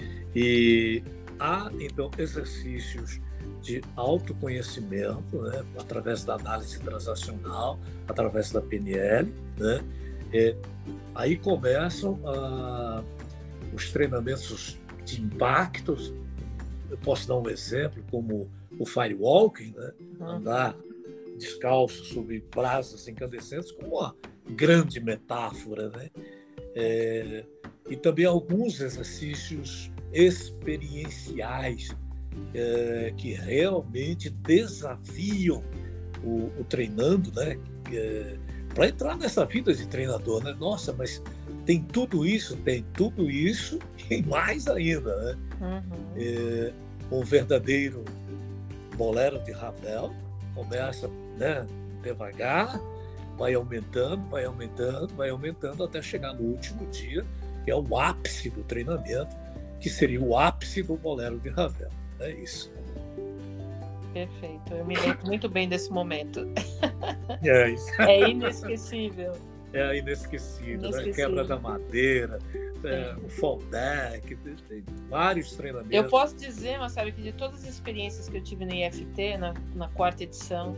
E há, então, exercícios de autoconhecimento, né, através da análise transacional, através da P N L, né? E aí começam ah, os treinamentos de impactos. Eu posso dar um exemplo, como o firewalking, né? Andar descalço sobre brasas incandescentes, como uma grande metáfora, né? É, e também alguns exercícios experienciais é, que realmente desafiam o, o treinando, né? É, para entrar nessa vida de treinador, né? Nossa, mas tem tudo isso, tem tudo isso e mais ainda, né? Uhum. É, um verdadeiro bolero de Ravel começa, né, devagar, vai aumentando, vai aumentando, vai aumentando até chegar no último dia, que é o ápice do treinamento, que seria o ápice do bolero de Ravel. É isso. Perfeito. Eu me lembro muito bem desse momento. É isso. É inesquecível. É inesquecível, né? Quebra da madeira, é, o fallback, tem vários treinamentos. Eu posso dizer, Marcelo, que de todas as experiências que eu tive no I F T, na, na quarta edição,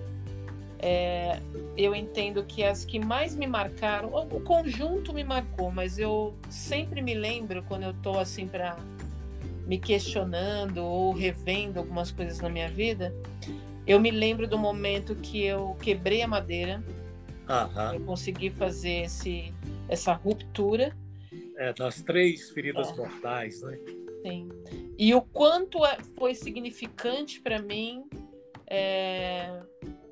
é, eu entendo que as que mais me marcaram, o conjunto me marcou, mas eu sempre me lembro quando eu estou assim para me questionando ou revendo algumas coisas na minha vida, eu me lembro do momento que eu quebrei a madeira. Aham. Eu consegui fazer esse, essa ruptura. É, das três feridas é. mortais, né? Sim. E o quanto foi significante para mim é,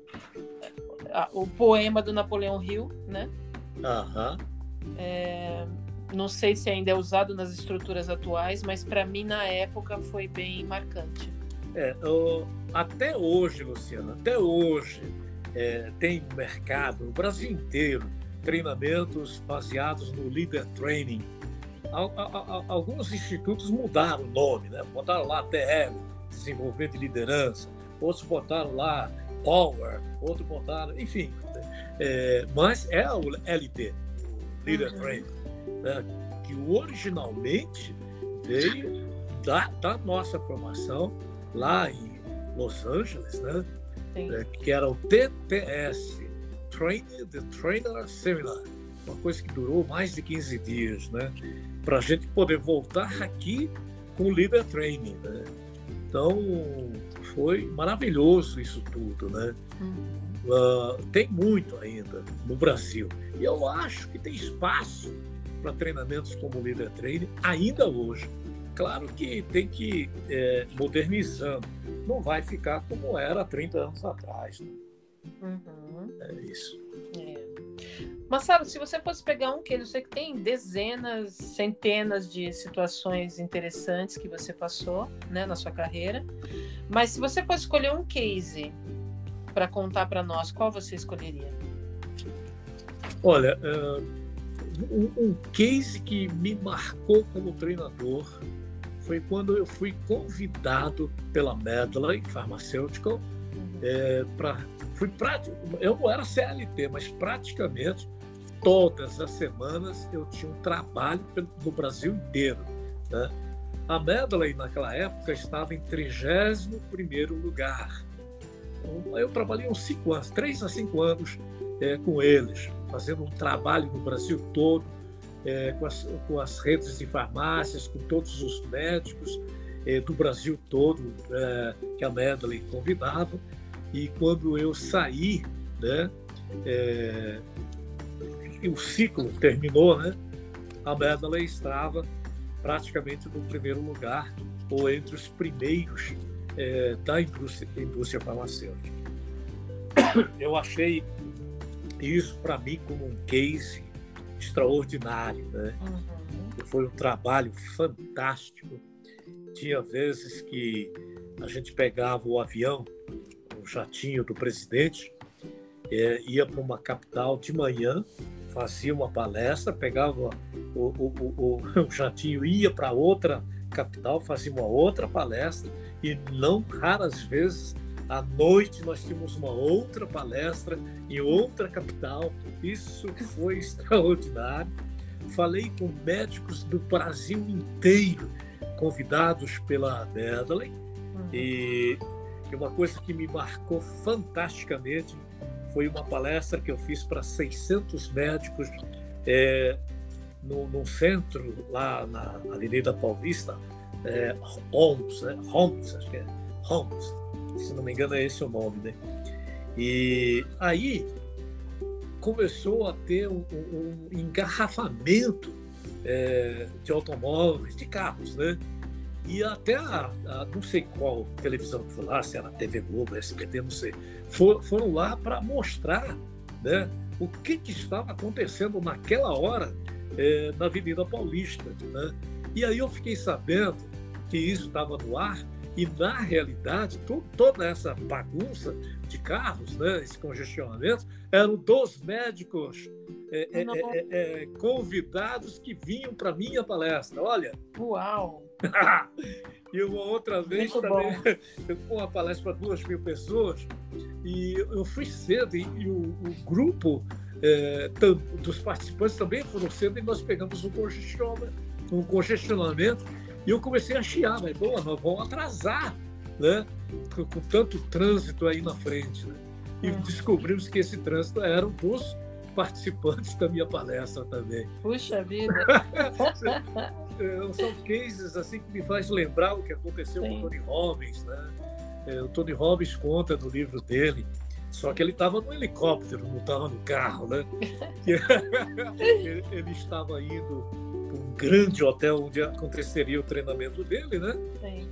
o poema do Napoleão Hill, né? Aham. É, não sei se ainda é usado nas estruturas atuais, mas para mim, na época, foi bem marcante. É, o, até hoje, Luciana, até hoje, É, tem um mercado no Brasil inteiro, treinamentos baseados no Leader Training. Al, al, alguns institutos mudaram o nome, né? Botaram lá T L, Desenvolvimento de Liderança, outros botaram lá Power, outros botaram, enfim. É, mas é o L T, o Leader uhum. Training, né? Que originalmente veio da, da nossa formação lá em Los Angeles, né? É, que era o T T S, Training the Trainer Seminar, uma coisa que durou mais de quinze dias, né? Para a gente poder voltar aqui com o Leader Training, né? Então, foi maravilhoso isso tudo, né? Uhum. Uh, tem muito ainda no Brasil. E eu acho que tem espaço para treinamentos como o Leader Training ainda hoje. Claro que tem que ir é, modernizando. Não vai ficar como era há trinta anos atrás. Né? Uhum. É isso. É. Marcelo, se você fosse pegar um case, eu sei que tem dezenas, centenas de situações interessantes que você passou, né, na sua carreira, mas se você fosse escolher um case para contar para nós, qual você escolheria? Olha, uh, um, um case que me marcou como treinador foi quando eu fui convidado pela Medley Pharmaceutical. Uhum. é, para fui prático, eu não era C L T, mas praticamente todas as semanas eu tinha um trabalho no Brasil inteiro, né? A Medley naquela época estava em trigésimo primeiro lugar. Então, eu trabalhei uns cinco anos, três a cinco anos é, com eles, fazendo um trabalho no Brasil todo. É, com, as, com as redes de farmácias, com todos os médicos é, do Brasil todo é, que a Medley convidava. E quando eu saí, né, é, e o ciclo terminou, né, a Medley estava praticamente no primeiro lugar ou entre os primeiros é, da indústria, indústria farmacêutica. Eu achei isso, para mim, como um case extraordinário, né? Uhum. Foi um trabalho fantástico. Tinha vezes que a gente pegava o avião, o jatinho do presidente, é, ia para uma capital de manhã, fazia uma palestra, pegava o, o, o, o jatinho, ia para outra capital, fazia uma outra palestra, e não raras vezes à noite nós tínhamos uma outra palestra em outra capital. Isso foi extraordinário. Falei com médicos do Brasil inteiro, convidados pela Madeleine, uhum. e uma coisa que me marcou fantasticamente foi uma palestra que eu fiz para seiscentos médicos é, no, no centro, lá na Avenida Paulista, é, Holmes, né? Holmes, acho que é Holmes, se não me engano é esse o nome, né? E aí começou a ter um, um engarrafamento é, de automóveis, de carros, né? E até a, a não sei qual televisão que foi lá, se era a T V Globo, S B T, não sei, for, foram lá para mostrar, né, o que, que estava acontecendo naquela hora é, na Avenida Paulista, né? E aí eu fiquei sabendo que isso estava no ar e, na realidade, to, toda essa bagunça de carros, né, esse congestionamento, eram dos médicos é, é, é, é, convidados que vinham para minha palestra. Olha! Uau! E uma outra vez muito também, bom. Eu fui uma palestra para duas mil pessoas e eu fui cedo e, e o, o grupo é, tam, dos participantes também foram cedo e nós pegamos um congestionamento, um congestionamento e eu comecei a chiar, mas bom, nós vamos atrasar, né? Com, com tanto trânsito aí na frente, né? E hum. descobrimos que esse trânsito era um dos participantes da minha palestra também. Puxa vida! São cases assim que me faz lembrar o que aconteceu Sim. com o Tony Robbins, né? O Tony Robbins conta no livro dele, só que ele estava no helicóptero, não estava no carro, né? ele, ele estava indo para um grande hotel onde aconteceria o treinamento dele, né? Sim.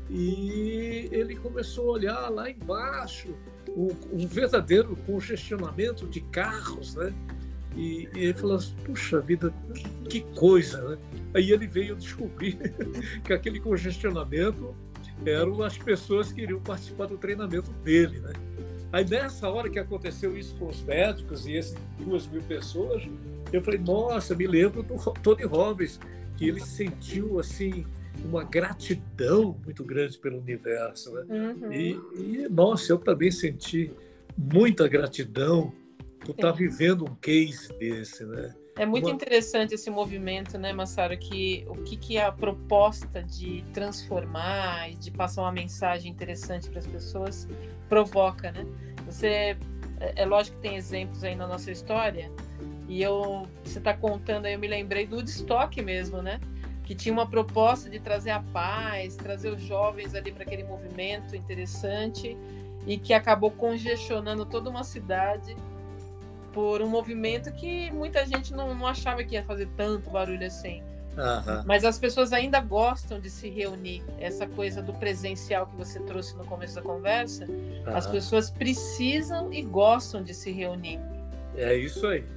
E ele começou a olhar lá embaixo um, um verdadeiro congestionamento de carros, né? E, e ele falou assim, puxa vida, que coisa, né? Aí ele veio descobrir que aquele congestionamento eram as pessoas que iriam participar do treinamento dele, né? Aí nessa hora que aconteceu isso com os médicos e essas duas mil pessoas, eu falei, nossa, me lembro do Tony Robbins, que ele sentiu assim uma gratidão muito grande pelo universo, né? Uhum. E, e, nossa, eu também senti muita gratidão por estar vivendo um case desse, né? É muito Uma... interessante esse movimento, né, Massaro? Que, o que, que é a proposta de transformar e de passar uma mensagem interessante para as pessoas provoca, né? Você, é, é lógico que tem exemplos aí na nossa história, e eu, você está contando aí, eu me lembrei do Woodstock mesmo, né? Que tinha uma proposta de trazer a paz, trazer os jovens ali para aquele movimento interessante, e que acabou congestionando toda uma cidade por um movimento que muita gente não, não achava que ia fazer tanto barulho assim. Uhum. Mas as pessoas ainda gostam de se reunir. Essa coisa do presencial que você trouxe no começo da conversa, uhum. As pessoas precisam e gostam de se reunir. É isso aí.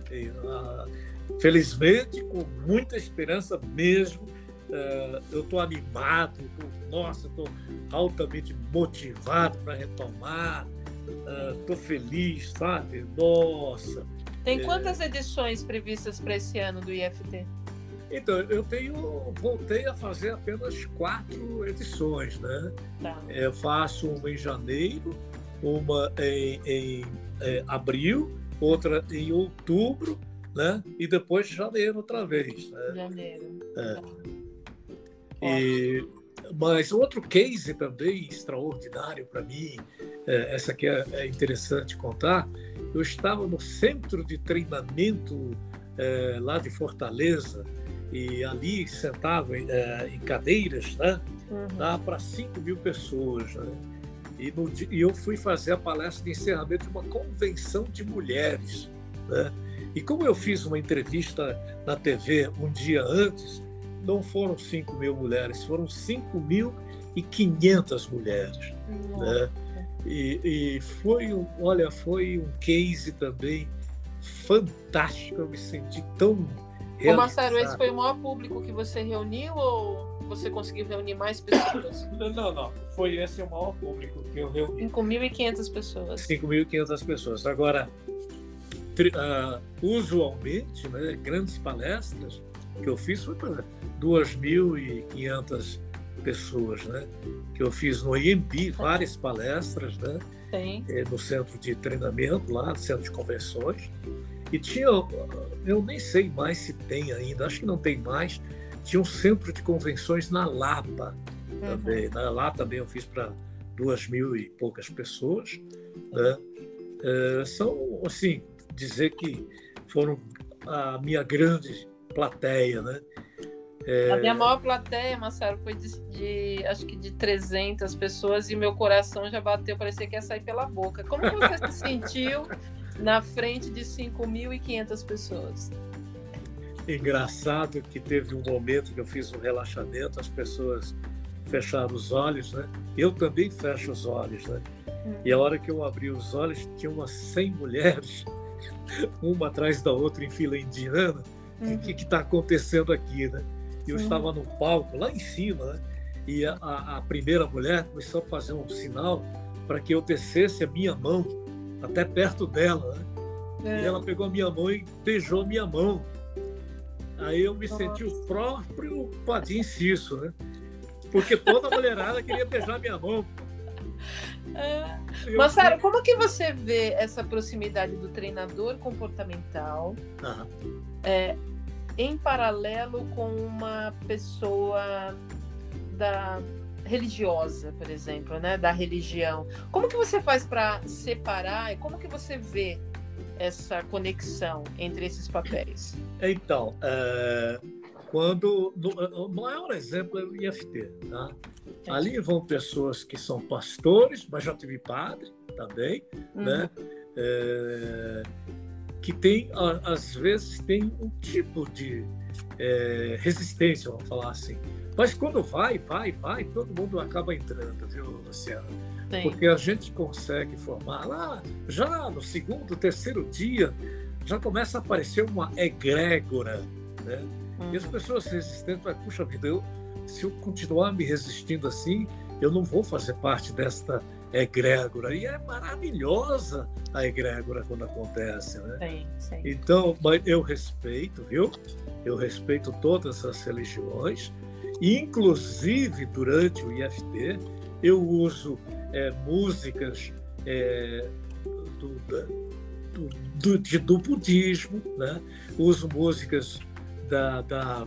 Uh, felizmente, com muita esperança mesmo, uh, eu estou animado, tô, nossa, estou altamente motivado para retomar. Estou uh, feliz, sabe? Nossa! Tem quantas é... edições previstas para esse ano do I F T? Então, eu tenho, voltei a fazer apenas quatro edições, né? Tá. Eu faço uma em janeiro, uma em, em é, abril, outra em outubro, né? E depois janeiro outra vez, né? Janeiro. É. Tá. E... Mas outro case também extraordinário para mim, é, essa aqui é, é interessante contar, eu estava no centro de treinamento é, lá de Fortaleza, e ali sentado em, é, em cadeiras, né? Uhum. Dá para cinco mil pessoas, né? E, no, e eu fui fazer a palestra de encerramento de uma convenção de mulheres, né? E como eu fiz uma entrevista na T V um dia antes, não foram cinco mil mulheres, foram cinco mil e quinhentas mulheres. Né? E, e foi, um, olha, foi um case também fantástico, eu me senti tão realizado. Ô Marcelo, esse foi o maior público que você reuniu ou você conseguiu reunir mais pessoas? Não, não, não. Foi esse o maior público que eu reuni. cinco mil e quinhentas pessoas. cinco mil e quinhentas pessoas. Agora, tri, uh, usualmente, né, grandes palestras que eu fiz foi para duas mil e quinhentas pessoas, né? Que eu fiz no I M B, várias palestras, né? Sim. No centro de treinamento, lá no centro de convenções. E tinha, eu nem sei mais se tem ainda, acho que não tem mais, tinha um centro de convenções na Lapa também. Uhum. Na Lá também eu fiz para duas mil e poucas pessoas. Né? É, são, assim, dizer que foram a minha grande plateia, né? É... A minha maior plateia, Marcelo, foi de, de, acho que de trezentas pessoas e meu coração já bateu, parecia que ia sair pela boca. Como você se sentiu na frente de cinco mil e quinhentas pessoas? Engraçado que teve um momento que eu fiz um relaxamento, as pessoas fecharam os olhos, né? Eu também fecho os olhos, né? Hum. E a hora que eu abri os olhos, tinha umas cem mulheres, uma atrás da outra em fila indiana. Hum. O que está acontecendo aqui, né? Eu hum. estava no palco, lá em cima, né? E a, a primeira mulher começou a fazer um sinal para que eu descesse a minha mão até perto dela, né? É. E ela pegou a minha mão e beijou a minha mão. Aí eu me senti o próprio Padim Cisso, né? Porque toda a mulherada queria beijar minha mão. É. Marcelo, fui... como que você vê essa proximidade do treinador comportamental é, em paralelo com uma pessoa da religiosa, por exemplo, né? Da religião? Como que você faz para separar e como que você vê essa conexão entre esses papéis? Então, é, quando no, o maior exemplo é o I F T, tá? É. Ali vão pessoas que são pastores, mas já tive padre também, uhum. né? É, que tem, às vezes, tem um tipo de é, resistência, vamos falar assim. Mas quando vai, vai, vai, todo mundo acaba entrando, viu, Luciana? Sim. Porque a gente consegue formar lá, já no segundo, terceiro dia, já começa a aparecer uma egrégora, né? Uhum. E as pessoas resistentes falam, puxa vida, eu, se eu continuar me resistindo assim, eu não vou fazer parte desta egrégora. E é maravilhosa a egrégora quando acontece, né? Sim, sim. Então, mas eu respeito, viu? Eu respeito todas as religiões, e inclusive durante o I F T, eu uso É, músicas é, do, do, do, de, do budismo, né? Uso músicas da, da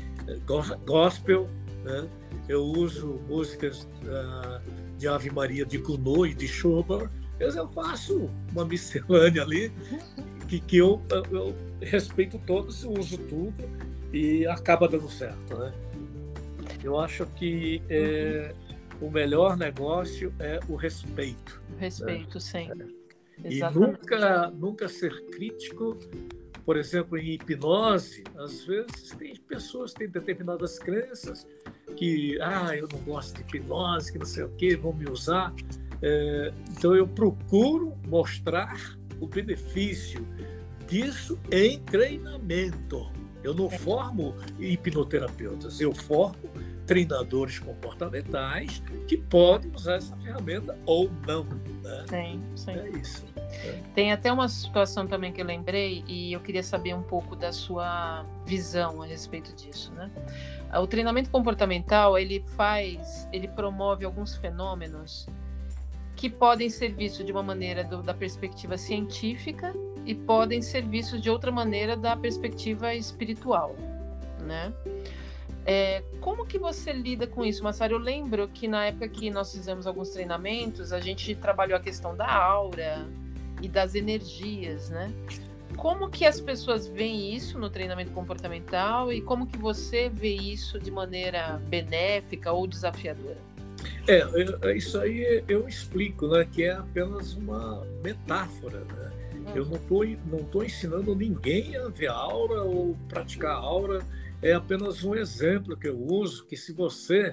gospel, né? Eu uso músicas da, de Ave Maria de Gounod e de Schubert. Eu faço uma miscelânea ali que, que eu, eu respeito todos, eu uso tudo e acaba dando certo, né? Eu acho que é, o melhor negócio é o respeito. O respeito, né? Sim. É. E nunca, nunca ser crítico. Por exemplo, em hipnose, às vezes tem pessoas que têm determinadas crenças que, ah, eu não gosto de hipnose, que não sei o quê, vão me usar. É, então eu procuro mostrar o benefício disso em treinamento. Eu não formo hipnoterapeutas, eu formo treinadores comportamentais que podem usar essa ferramenta ou não. Né? Sim, sim. É isso. É. Tem até uma situação também que eu lembrei e eu queria saber um pouco da sua visão a respeito disso, né? O treinamento comportamental, ele faz, ele promove alguns fenômenos que podem ser vistos de uma maneira do, da perspectiva científica e podem ser vistos de outra maneira da perspectiva espiritual, né? É, como que você lida com isso, Massaro? Eu lembro que na época que nós fizemos alguns treinamentos, a gente trabalhou a questão da aura e das energias, né? Como que as pessoas veem isso no treinamento comportamental e como que você vê isso de maneira benéfica ou desafiadora? É, isso aí eu explico, né? Que é apenas uma metáfora, né? Hum. Eu não estou não tô ensinando ninguém a ver aura ou praticar aura. É apenas um exemplo que eu uso, que se você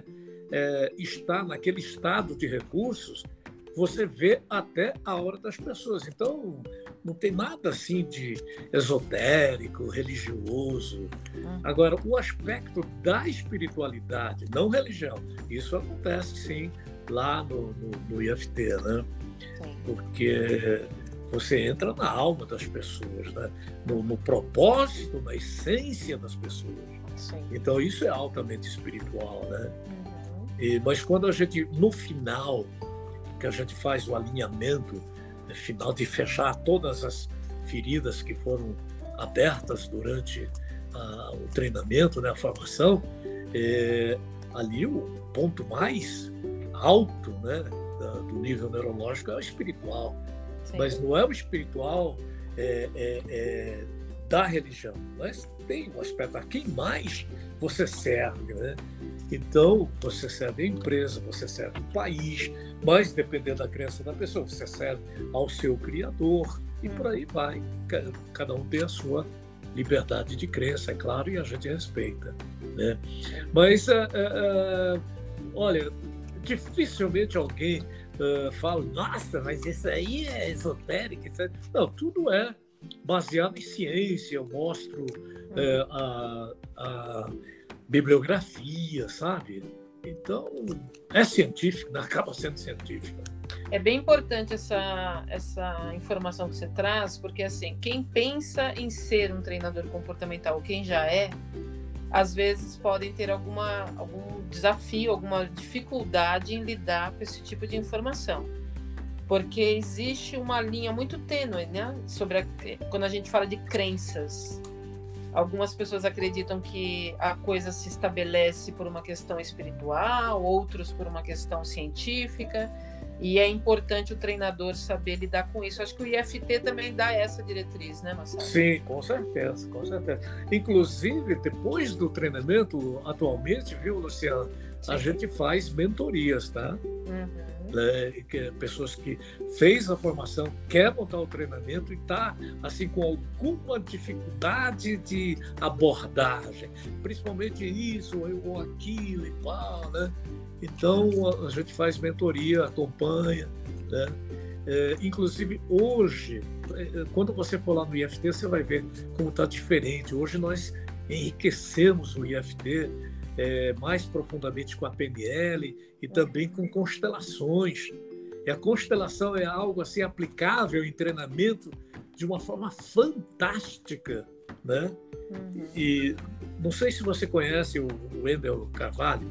é, está naquele estado de recursos, você vê até a hora das pessoas. Então, não tem nada assim de esotérico, religioso. Agora, o aspecto da espiritualidade, não religião, isso acontece sim lá no, no, no I F T, né? Sim. Porque você entra na alma das pessoas, né? no, no propósito, na essência das pessoas. Sim. Então, isso é altamente espiritual, né? Uhum. E, mas quando a gente, no final, que a gente faz o alinhamento no final de fechar todas as feridas que foram abertas durante a, o treinamento, né, a formação, é, ali o ponto mais alto, né, da, do nível neurológico é o espiritual. Sim. Mas não é o espiritual é, é, é, da religião, mas tem um aspecto a quem mais você serve, né? Então, você serve a empresa, você serve o país, mas dependendo da crença da pessoa, você serve ao seu Criador e por aí vai. Cada um tem a sua liberdade de crença, é claro, e a gente respeita, né? Mas, uh, uh, olha, dificilmente alguém uh, fala, nossa, mas isso aí é esotérico. Isso é... Não, tudo é baseado em ciência. Eu mostro uh, a... a bibliografia, sabe? Então, é científico, né? Acaba sendo científico. É bem importante essa, essa informação que você traz, porque, assim, quem pensa em ser um treinador comportamental, quem já é, às vezes podem ter alguma, algum desafio, alguma dificuldade em lidar com esse tipo de informação. Porque existe uma linha muito tênue, né? Sobre a, quando a gente fala de crenças. Algumas pessoas acreditam que a coisa se estabelece por uma questão espiritual, outros por uma questão científica, e é importante o treinador saber lidar com isso. Acho que o I F T também dá essa diretriz, né, Massaro? Sim, com certeza, com certeza. Inclusive, depois do treinamento, atualmente, viu, Luciana, Sim. a gente faz mentorias, tá? Uhum. É, que, pessoas que fez a formação, quer montar o treinamento e está assim, com alguma dificuldade de abordagem, principalmente isso ou aquilo e tal, né? Então a gente faz mentoria, acompanha, né? É, inclusive hoje, quando você for lá no I F T, você vai ver como está diferente. Hoje nós enriquecemos o I F T É, mais profundamente com a P N L e também com constelações. E a constelação é algo assim aplicável em treinamento de uma forma fantástica, né? Uhum. E não sei se você conhece o Wendel Carvalho.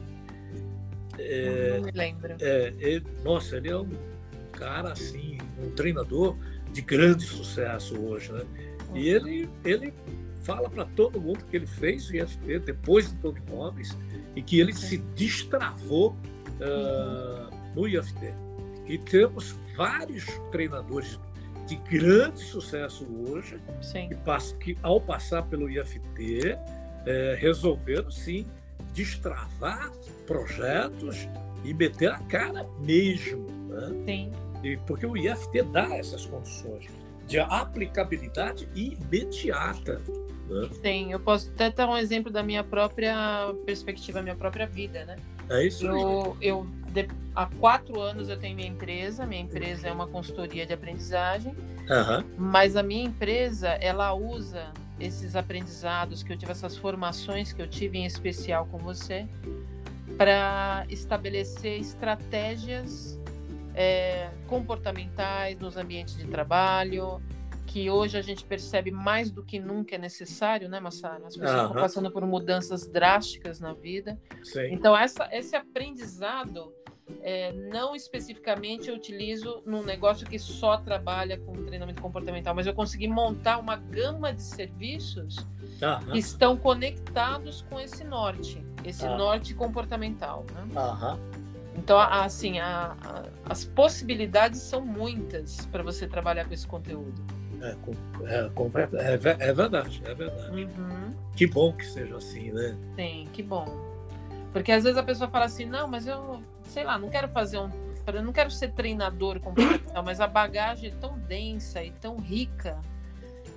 É, não me lembro. É, ele, nossa, ele é um cara assim, um treinador de grande sucesso hoje, né? Uhum. E ele, ele fala para todo mundo que ele fez o I F T depois de Tony Robbins e que ele se destravou uh, no I F T. E temos vários treinadores de grande sucesso hoje que, que, ao passar pelo I F T, é, resolveram, sim, destravar projetos e meter a cara mesmo. Né? Sim. E, porque o I F T dá essas condições de aplicabilidade imediata. Né? Sim, eu posso até dar um exemplo da minha própria perspectiva, minha própria vida, né? É isso aí. Eu, eu, de, há quatro anos eu tenho minha empresa, minha empresa é uma consultoria de aprendizagem, uhum. mas a minha empresa, ela usa esses aprendizados que eu tive, essas formações que eu tive, em especial com você, para estabelecer estratégias é, comportamentais nos ambientes de trabalho, que hoje a gente percebe mais do que nunca é necessário, né, Massaro? As pessoas uhum. estão passando por mudanças drásticas na vida. Sim. Então, essa, esse aprendizado, é, não especificamente eu utilizo num negócio que só trabalha com treinamento comportamental, mas eu consegui montar uma gama de serviços uhum. que estão conectados com esse norte, esse uhum. norte comportamental. Né? Uhum. Então, assim, a, a, as possibilidades são muitas para você trabalhar com esse conteúdo. É, é, é, é verdade, é verdade. Uhum. Que bom que seja assim, né? Sim, que bom. Porque às vezes a pessoa fala assim, não, mas eu, sei lá, não quero fazer um... Eu não quero ser treinador comportamental, mas a bagagem é tão densa e tão rica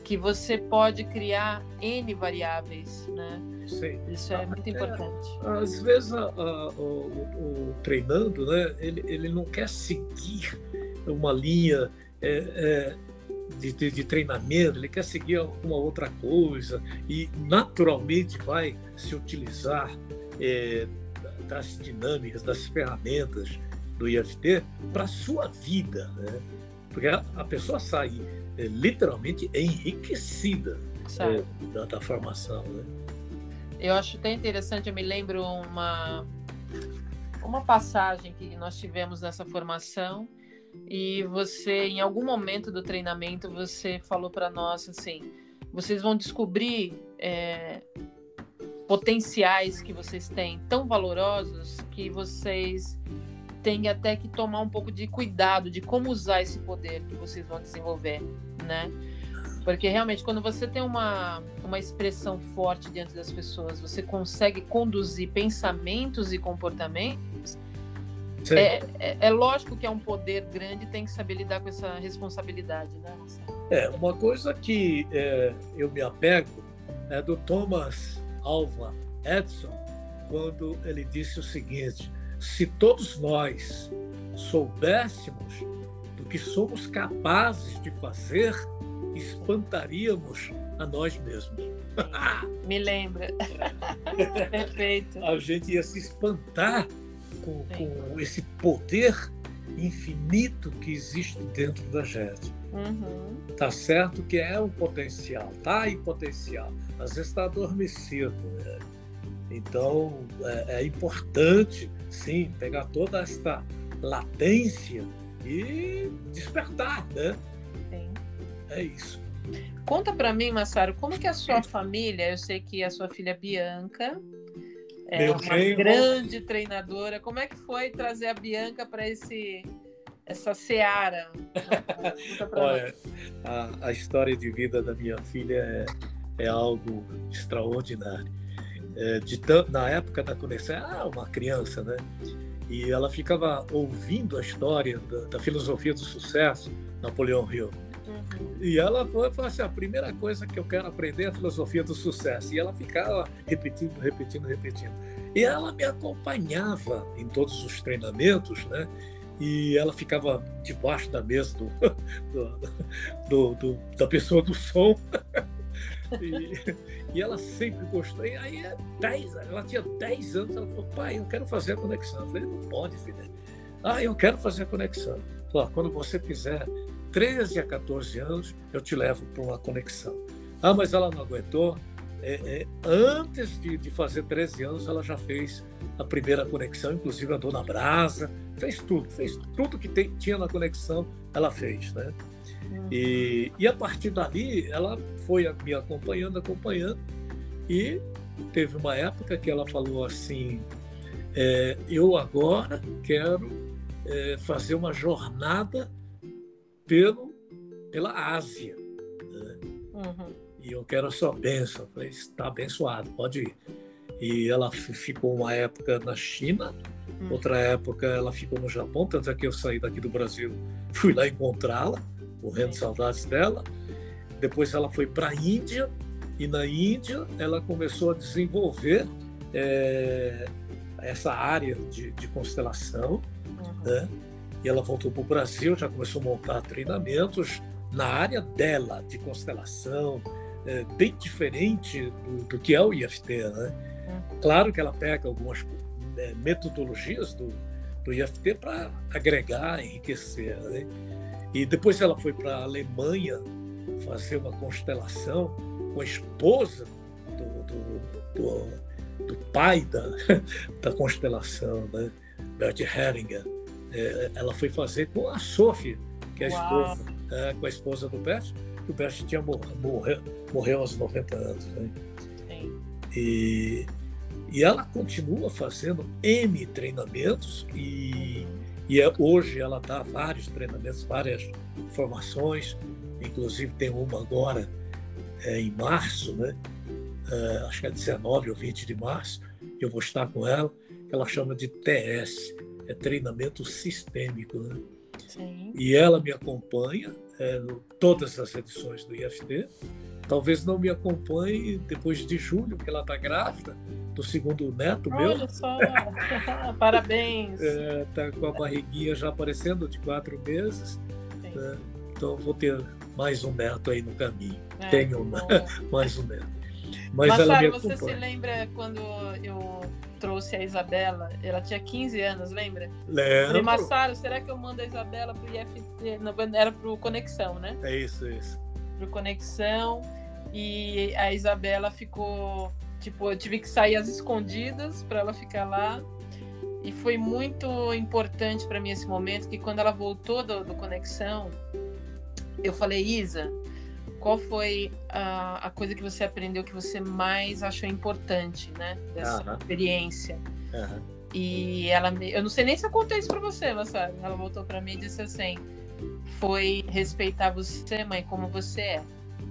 que você pode criar N variáveis, né? Sim. Isso é muito importante. É, às vezes a, a, o, o, o treinando, né, ele, ele não quer seguir uma linha é, é, de, de, de treinamento, ele quer seguir alguma outra coisa e naturalmente vai se utilizar é, das dinâmicas, das ferramentas do I F T para a sua vida, né? Porque a, a pessoa sai é, literalmente enriquecida é, da, da formação, né? Eu acho até interessante, eu me lembro uma, uma passagem que nós tivemos nessa formação e você, em algum momento do treinamento, você falou para nós assim, vocês vão descobrir é, potenciais que vocês têm tão valorosos que vocês têm até que tomar um pouco de cuidado de como usar esse poder que vocês vão desenvolver, né? Porque realmente, quando você tem uma, uma expressão forte diante das pessoas, você consegue conduzir pensamentos e comportamentos, é, é, é lógico que é um poder grande e tem que saber lidar com essa responsabilidade, né? É, uma coisa que é, eu me apego é do Thomas Alva Edison, quando ele disse o seguinte: se todos nós soubéssemos do que somos capazes de fazer, espantaríamos a nós mesmos. Me lembra. Perfeito. A gente ia se espantar com, com esse poder infinito que existe dentro da gente. Uhum. Tá certo que é um potencial, tá em potencial, às vezes está adormecido, né? Então é, é importante, sim, pegar toda esta latência e despertar, né? Sim. É isso. Conta para mim, Massaro, como que a sua família, eu sei que a sua filha Bianca é Meu uma genro... grande treinadora, como é que foi trazer a Bianca para esse essa seara? Olha, a, a história de vida da minha filha é, é algo extraordinário. É, de, na época da conexão, ah, uma criança, né? E ela ficava ouvindo a história da, da filosofia do sucesso, Napoleão Hill. Uhum. E ela foi, foi assim, a primeira coisa que eu quero aprender é a filosofia do sucesso. E ela ficava repetindo, repetindo, repetindo. E ela me acompanhava em todos os treinamentos, né? E ela ficava debaixo da mesa do, do, do, do, da pessoa do som. E, e ela sempre gostou. E aí, dez, ela tinha dez anos, ela falou: pai, eu quero fazer a conexão. Eu falei: não pode, filha. Ah, eu quero fazer a conexão. Falei: quando você fizer treze a quatorze anos, eu te levo para uma conexão. Ah, mas ela não aguentou. É, é, antes de, de fazer treze anos, ela já fez a primeira conexão, inclusive a Dona Brasa, fez tudo, fez tudo que tem, tinha na conexão, ela fez, né? E, e a partir dali, ela foi me acompanhando, acompanhando, e teve uma época que ela falou assim: é, eu agora quero é, fazer uma jornada pelo, pela Ásia, né? Uhum. E eu quero a sua bênção. Eu falei: está abençoado, pode ir. E ela ficou uma época na China, uhum. outra época ela ficou no Japão, tanto é que eu saí daqui do Brasil, fui lá encontrá-la, morrendo de saudades dela. Depois ela foi para a Índia, e na Índia ela começou a desenvolver é, essa área de, de constelação, uhum. né? E ela voltou para o Brasil, já começou a montar treinamentos na área dela, de constelação, é, bem diferente do, do que é o I F T, né? Uhum. Claro que ela pega algumas é, metodologias do, do I F T para agregar, enriquecer, né? E depois ela foi para a Alemanha fazer uma constelação com a esposa do, do, do, do pai da, da constelação, né? Bert Hellinger. É, ela foi fazer com a Sophie, que é a esposa, é, com a esposa do Bert, que o Bert tinha mor morreu, morreu aos noventa anos. Né? Sim. E, e ela continua fazendo N treinamentos e, e é, hoje ela dá vários treinamentos, várias formações, inclusive tem uma agora é, em março, né? É, acho que é dezenove ou vinte de março, eu vou estar com ela, que ela chama de T S, é treinamento sistêmico, né? Sim. E ela me acompanha é, no, todas as edições do I F T. Talvez não me acompanhe depois de julho, porque ela está grávida do segundo neto meu. Olha só, parabéns. Está é, com a barriguinha já aparecendo de quatro meses. Né? Então vou ter mais um neto aí no caminho. É, Tenho uma, mais um neto. Mas Massaro, você se lembra quando eu trouxe a Isabela? Ela tinha quinze anos, lembra? Lembro. Falei, Massaro, será que eu mando a Isabela para o I F T? Não, era para o Conexão, né? É isso, é isso. Para o Conexão. E a Isabela ficou... Tipo, eu tive que sair às escondidas para ela ficar lá. E foi muito importante para mim esse momento, que quando ela voltou do, do Conexão, eu falei, Isa, qual foi a, a coisa que você aprendeu que você mais achou importante, né? Dessa uh-huh. experiência. Uh-huh. E ela, eu não sei nem se eu contei isso para você, Massaro. Ela voltou para mim e disse assim, foi respeitar você, mãe, como você é.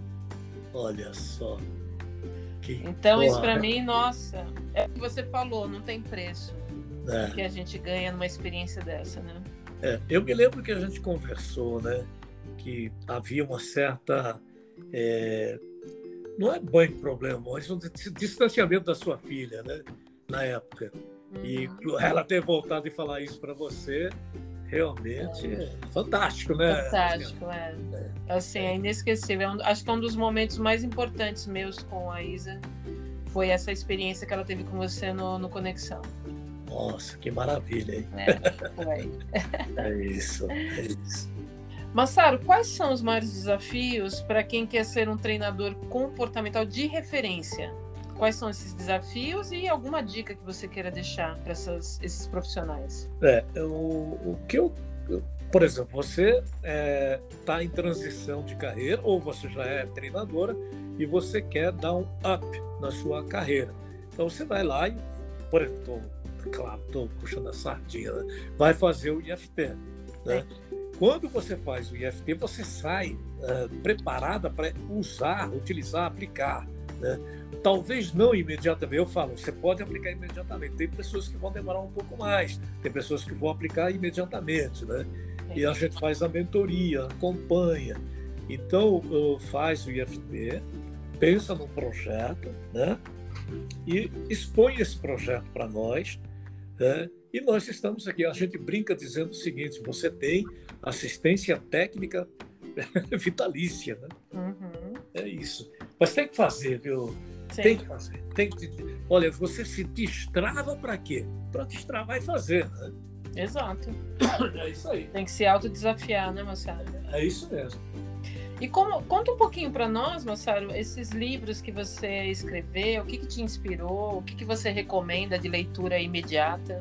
Olha só. Que então, isso para mim, nossa, é o que você falou, não tem preço. É. Que a gente ganha numa experiência dessa, né? É, eu me lembro que a gente conversou, né? Que havia uma certa... É, não é bem problema, mas um distanciamento da sua filha, né? Na época. Uhum. E ela ter voltado e falar isso para você, realmente é. é fantástico, né? Fantástico, é. é. Assim, é inesquecível. Acho que é um dos momentos mais importantes meus com a Isa foi essa experiência que ela teve com você no, no Conexão. Nossa, que maravilha, hein? É, foi. É isso, é isso. Massaro, quais são os maiores desafios para quem quer ser um treinador comportamental de referência? Quais são esses desafios e alguma dica que você queira deixar para esses profissionais? É, o, o que eu, eu, por exemplo, você está é, em transição de carreira ou você já é treinadora e você quer dar um up na sua carreira. Então você vai lá e, por exemplo, tô, claro, estou puxando a sardinha, né? Vai fazer o I F T, né? É. Quando você faz o I F T, você sai uh, preparada para usar, utilizar, aplicar, né? Talvez não imediatamente, eu falo, você pode aplicar imediatamente. Tem pessoas que vão demorar um pouco mais, tem pessoas que vão aplicar imediatamente, né? E a gente faz a mentoria, acompanha. Então, faz o I F T, pensa num projeto, né? E expõe esse projeto para nós, né? E nós estamos aqui, a gente brinca dizendo o seguinte, você tem assistência técnica vitalícia, né? Uhum. É isso. Mas tem que fazer, viu? Sim. Tem que fazer. Tem que... Olha, você se destrava para quê? Para destravar e fazer, né? Exato. É isso aí. Tem que se autodesafiar, né, Massaro? É isso mesmo. E como, conta um pouquinho para nós, Massaro, esses livros que você escreveu, o que, que te inspirou, o que, que você recomenda de leitura imediata?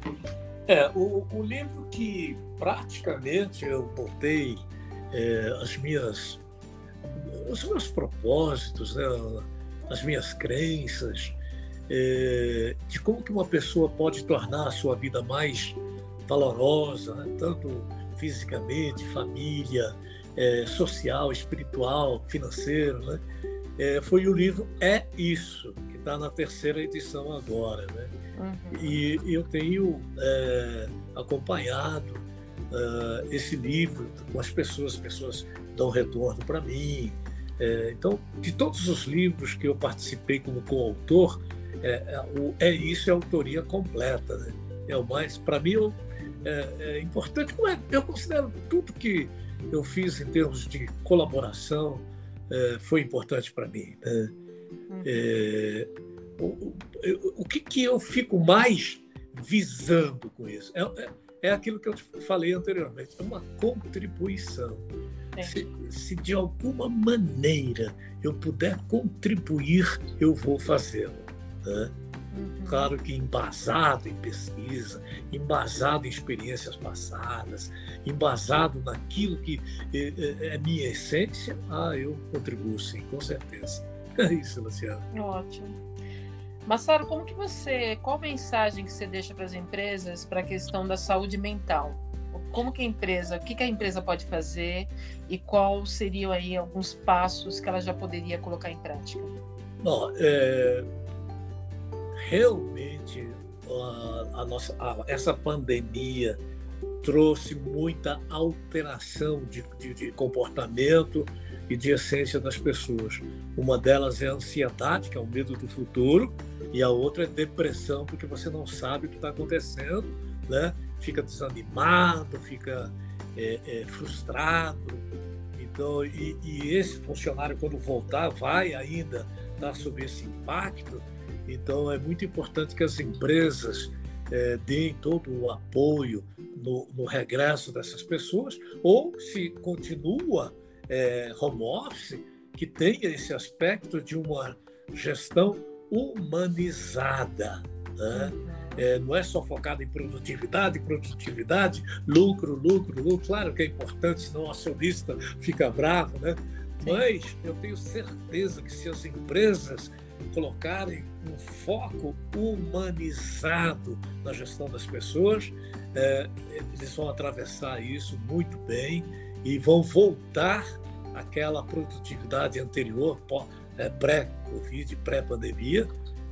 É, o, o livro que praticamente eu botei é, as minhas, os meus propósitos, né, as minhas crenças, é, de como que uma pessoa pode tornar a sua vida mais valorosa, né, tanto fisicamente, família, é, social, espiritual, financeiro, né? É, foi o livro É Isso, que está na terceira edição agora, né? Uhum. E, e eu tenho é, acompanhado é, esse livro com as pessoas, as pessoas dão retorno para mim. É, então, de todos os livros que eu participei como coautor, é, é, o É Isso é a autoria completa, né? É o mais, para mim, eu, é, é importante. Eu considero tudo que eu fiz em termos de colaboração é, foi importante para mim, né? Uhum. É, o, o, o que, que eu fico mais visando com isso? É, é, é aquilo que eu te falei anteriormente, é uma contribuição. É. Se, se de alguma maneira eu puder contribuir, eu vou fazê-lo, né? Uhum. Claro que embasado em pesquisa, embasado em experiências passadas, embasado naquilo que é, é minha essência, ah, eu contribuo sim, com certeza. É isso, Luciana. Ótimo. Massaro, como que você, qual mensagem que você deixa para as empresas para a questão da saúde mental? Como que a empresa, o que, que a empresa pode fazer e quais seriam aí alguns passos que ela já poderia colocar em prática? Bom, é... realmente a, a nossa, a, essa pandemia trouxe muita alteração de, de, de comportamento e de essência das pessoas. Uma delas é a ansiedade, que é o medo do futuro, e a outra é depressão, porque você não sabe o que está acontecendo, né? Fica desanimado, fica é, é, frustrado. Então, e, e esse funcionário, quando voltar, vai ainda estar sob esse impacto. Então, é muito importante que as empresas é, deem todo o apoio no, no regresso dessas pessoas, ou se continua é, home office, que tenha esse aspecto de uma gestão humanizada, né? É, não é só focado em produtividade, produtividade, lucro, lucro, lucro. Claro que é importante, senão o acionista fica bravo, né? Mas eu tenho certeza que se as empresas colocarem um foco humanizado na gestão das pessoas, é, eles vão atravessar isso muito bem e vão voltar àquela produtividade anterior, pré-Covid, pré-pandemia.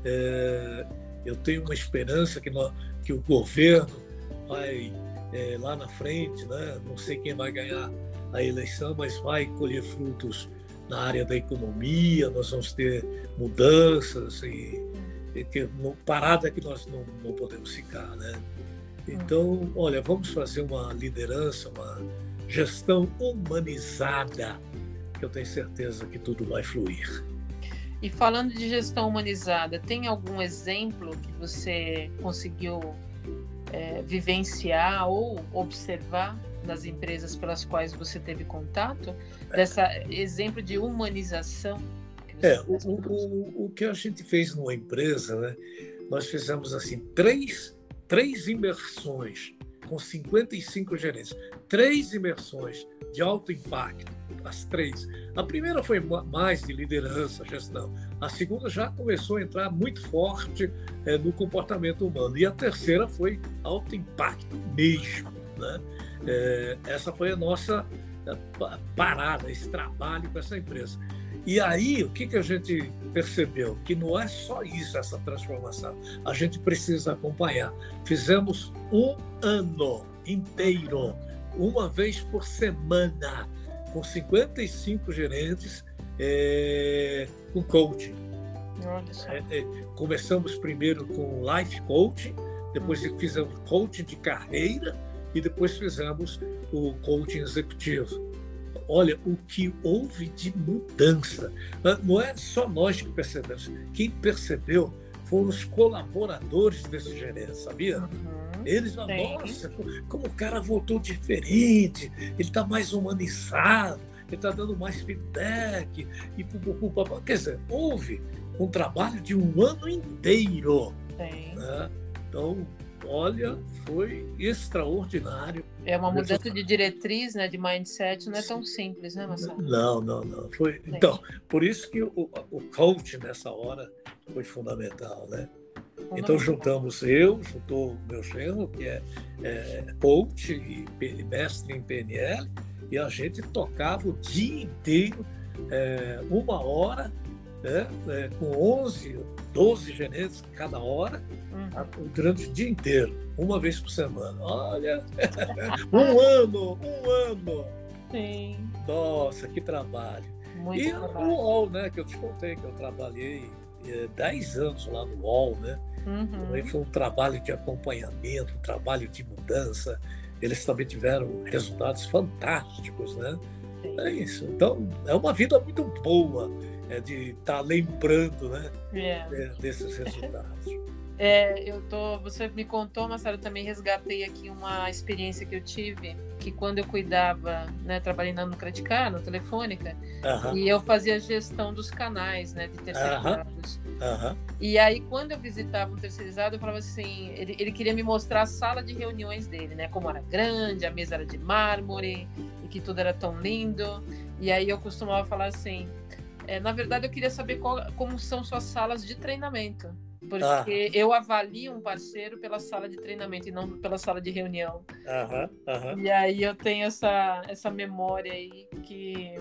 É, eu tenho uma esperança que, nós, que o governo vai é, lá na frente, né? Não sei quem vai ganhar a eleição, mas vai colher frutos na área da economia. Nós vamos ter mudanças e, e que no, parada que nós não, não podemos ficar, né? Então, olha, vamos fazer uma liderança, uma gestão humanizada, que eu tenho certeza que tudo vai fluir. E falando de gestão humanizada, tem algum exemplo que você conseguiu é, vivenciar ou observar nas empresas pelas quais você teve contato? Dessa exemplo de humanização? Que você é, o, o, o que a gente fez numa empresa, né? Nós fizemos assim, três, três imersões com cinquenta e cinco gerentes. Três imersões de alto impacto. As três. A primeira foi mais de liderança, gestão. A segunda já começou a entrar muito forte é, no comportamento humano. E a terceira foi alto impacto mesmo, né? É, essa foi a nossa parada, esse trabalho com essa empresa. E aí, o que, que a gente percebeu? Que não é só isso, essa transformação. A gente precisa acompanhar. Fizemos um ano inteiro, uma vez por semana, com cinquenta e cinco gerentes é, com coaching. É, é, começamos primeiro com life coaching, depois uhum. fizemos coaching de carreira e depois fizemos o coaching executivo. Olha, o que houve de mudança. Não é só nós que percebemos. Quem percebeu foram os colaboradores desse gerente, sabia? Uhum. Eles falam, nossa, como o cara voltou diferente, ele está mais humanizado, ele está dando mais feedback. E, quer dizer, houve um trabalho de um ano inteiro. Né? Então, olha, foi extraordinário. É uma mudança de diretriz, né, de mindset, não é tão simples, né, Marcelo? Não, não, não. Foi... Então, por isso que o, o coach nessa hora foi fundamental, né? Então juntamos eu, juntou o meu genro, que é, é coach e mestre em P N L, e a gente tocava o dia inteiro, é, uma hora, é, é, com onze, doze gerentes cada hora, uhum. durante o dia inteiro, uma vez por semana. Olha, um ano, um ano. Sim. Nossa, que trabalho. Muito e trabalho. o U O L, né, que eu te contei, que eu trabalhei dez anos lá no U O L, né? Uhum. Foi um trabalho de acompanhamento, um trabalho de mudança. Eles também tiveram resultados fantásticos, né? Sim. É isso. Então, é uma vida muito boa é, de estar tá lembrando, né? É. desses resultados. É, eu tô, você me contou, Marcelo, eu também resgatei aqui uma experiência que eu tive, que quando eu cuidava, né, trabalhando no Credit Card, no Telefônica, uh-huh. e eu fazia gestão dos canais, né, de terceirizados. Uh-huh. E aí, quando eu visitava um terceirizado, eu falava assim, ele, ele queria me mostrar a sala de reuniões dele, né, como era grande, a mesa era de mármore, e que tudo era tão lindo. E aí eu costumava falar assim, é, na verdade eu queria saber qual, como são suas salas de treinamento. Porque ah. eu avalio um parceiro pela sala de treinamento e não pela sala de reunião. Aham, aham. E aí eu tenho essa, essa memória aí que,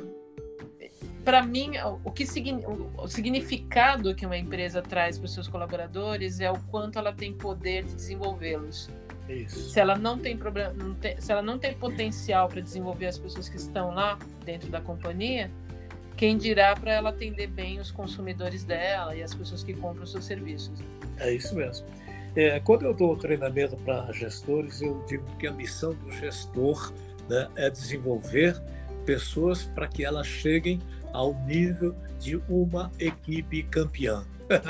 para mim, o, que, o significado que uma empresa traz para os seus colaboradores é o quanto ela tem poder de desenvolvê-los. Isso. Se ela não tem problema, não tem, se ela não tem potencial para desenvolver as pessoas que estão lá dentro da companhia, quem dirá para ela atender bem os consumidores dela e as pessoas que compram os seus serviços. É isso mesmo. É, quando eu dou treinamento para gestores, eu digo que a missão do gestor, né, é desenvolver pessoas para que elas cheguem ao nível de uma equipe campeã.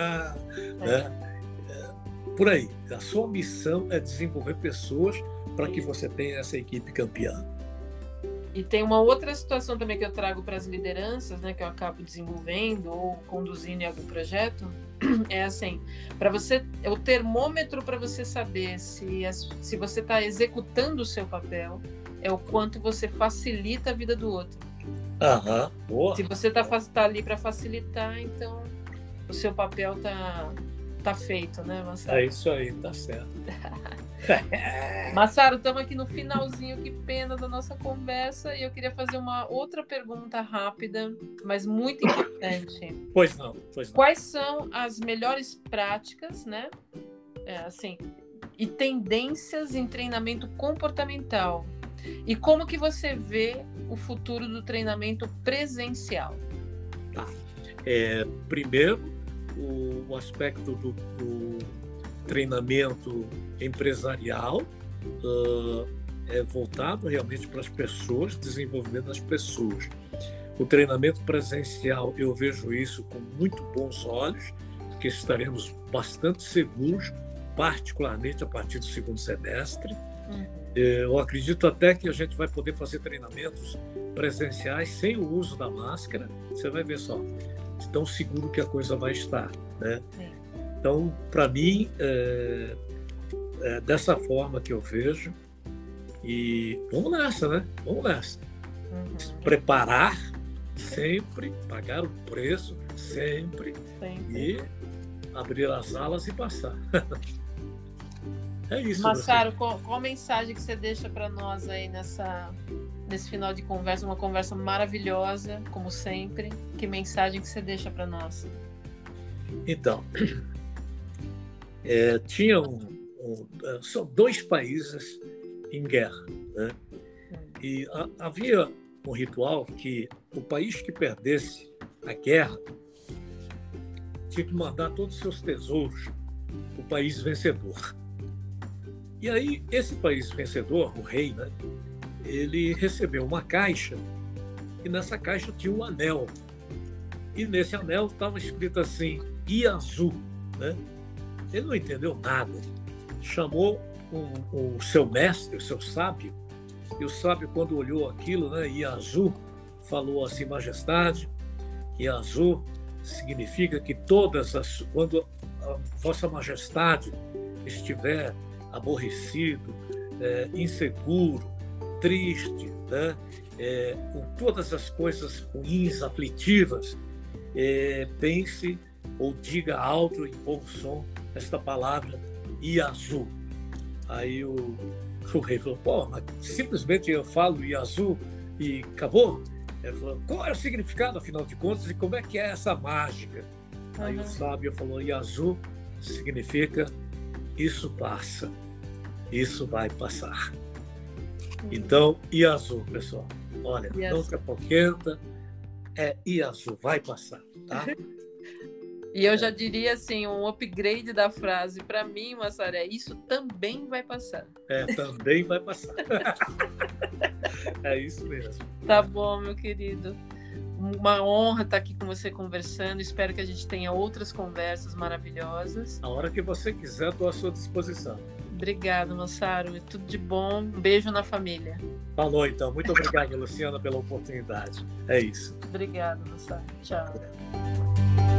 né? é, por aí, a sua missão é desenvolver pessoas para que você tenha essa equipe campeã. E tem uma outra situação também que eu trago para as lideranças, né, que eu acabo desenvolvendo ou conduzindo em algum projeto, é assim, para você, é o termômetro para você saber se, as, se você está executando o seu papel, é o quanto você facilita a vida do outro. Aham, boa. Se você está tá ali para facilitar, então o seu papel tá, tá feito, né, Massaro? É isso aí, tá certo. Massaro, estamos aqui no finalzinho, que pena da nossa conversa, e eu queria fazer uma outra pergunta rápida, mas muito importante. Pois não, pois não. Quais são as melhores práticas, né? É, assim, e tendências em treinamento comportamental? E como que você vê o futuro do treinamento presencial? Tá. É, primeiro, o, o aspecto do, do treinamento empresarial uh, é voltado realmente para as pessoas, desenvolvimento das pessoas. O treinamento presencial, eu vejo isso com muito bons olhos, porque estaremos bastante seguros, particularmente a partir do segundo semestre. Uhum. Eu acredito até que a gente vai poder fazer treinamentos presenciais sem o uso da máscara. Você vai ver só, tão seguro que a coisa vai estar, né? Sim. Então, para mim, é, é dessa forma que eu vejo. E vamos nessa, né? Vamos nessa. Uhum. Preparar sempre, pagar o preço sempre, sempre. E abrir as alas e passar. É isso. Massaro, qual, qual mensagem que você deixa para nós aí nessa, nesse final de conversa? Uma conversa maravilhosa, como sempre. Que mensagem que você deixa para nós? Então, é, tinha um, um, são dois países em guerra, né? E a, havia um ritual que o país que perdesse a guerra tinha que mandar todos os seus tesouros para o país vencedor. E aí, esse país vencedor, o rei, né, ele recebeu uma caixa, e nessa caixa tinha um anel. E nesse anel estava escrito assim, Iazu, né? Ele não entendeu nada. Chamou o, o seu mestre, o seu sábio, e o sábio, quando olhou aquilo, né, Iazu, falou assim, majestade, Iazu significa que todas as... Quando a vossa majestade estiver aborrecido, é, inseguro, triste, né? É, com todas as coisas ruins, aflitivas, é, pense ou diga alto em bom som esta palavra Iazu. Aí o, o rei falou, pô, mas simplesmente eu falo Iazu e acabou? Ele falou, qual é o significado, afinal de contas, e como é que é essa mágica? Uhum. Aí o sábio falou, Iazu significa isso passa, isso vai passar. Uhum. Então, Iazu, pessoal, olha, Iazu. Não se apoquenta, é Iazu, vai passar, tá? E eu já diria assim, um upgrade da frase, para mim, Massaro, é isso também vai passar. É, também vai passar. É isso mesmo. Tá bom, meu querido. Uma honra estar aqui com você conversando. Espero que a gente tenha outras conversas maravilhosas. A hora que você quiser, estou à sua disposição. Obrigada, Massaro. Tudo de bom. Um beijo na família. Falou, então. Muito obrigado, Luciana, pela oportunidade. É isso. Obrigada, Massaro. Tchau.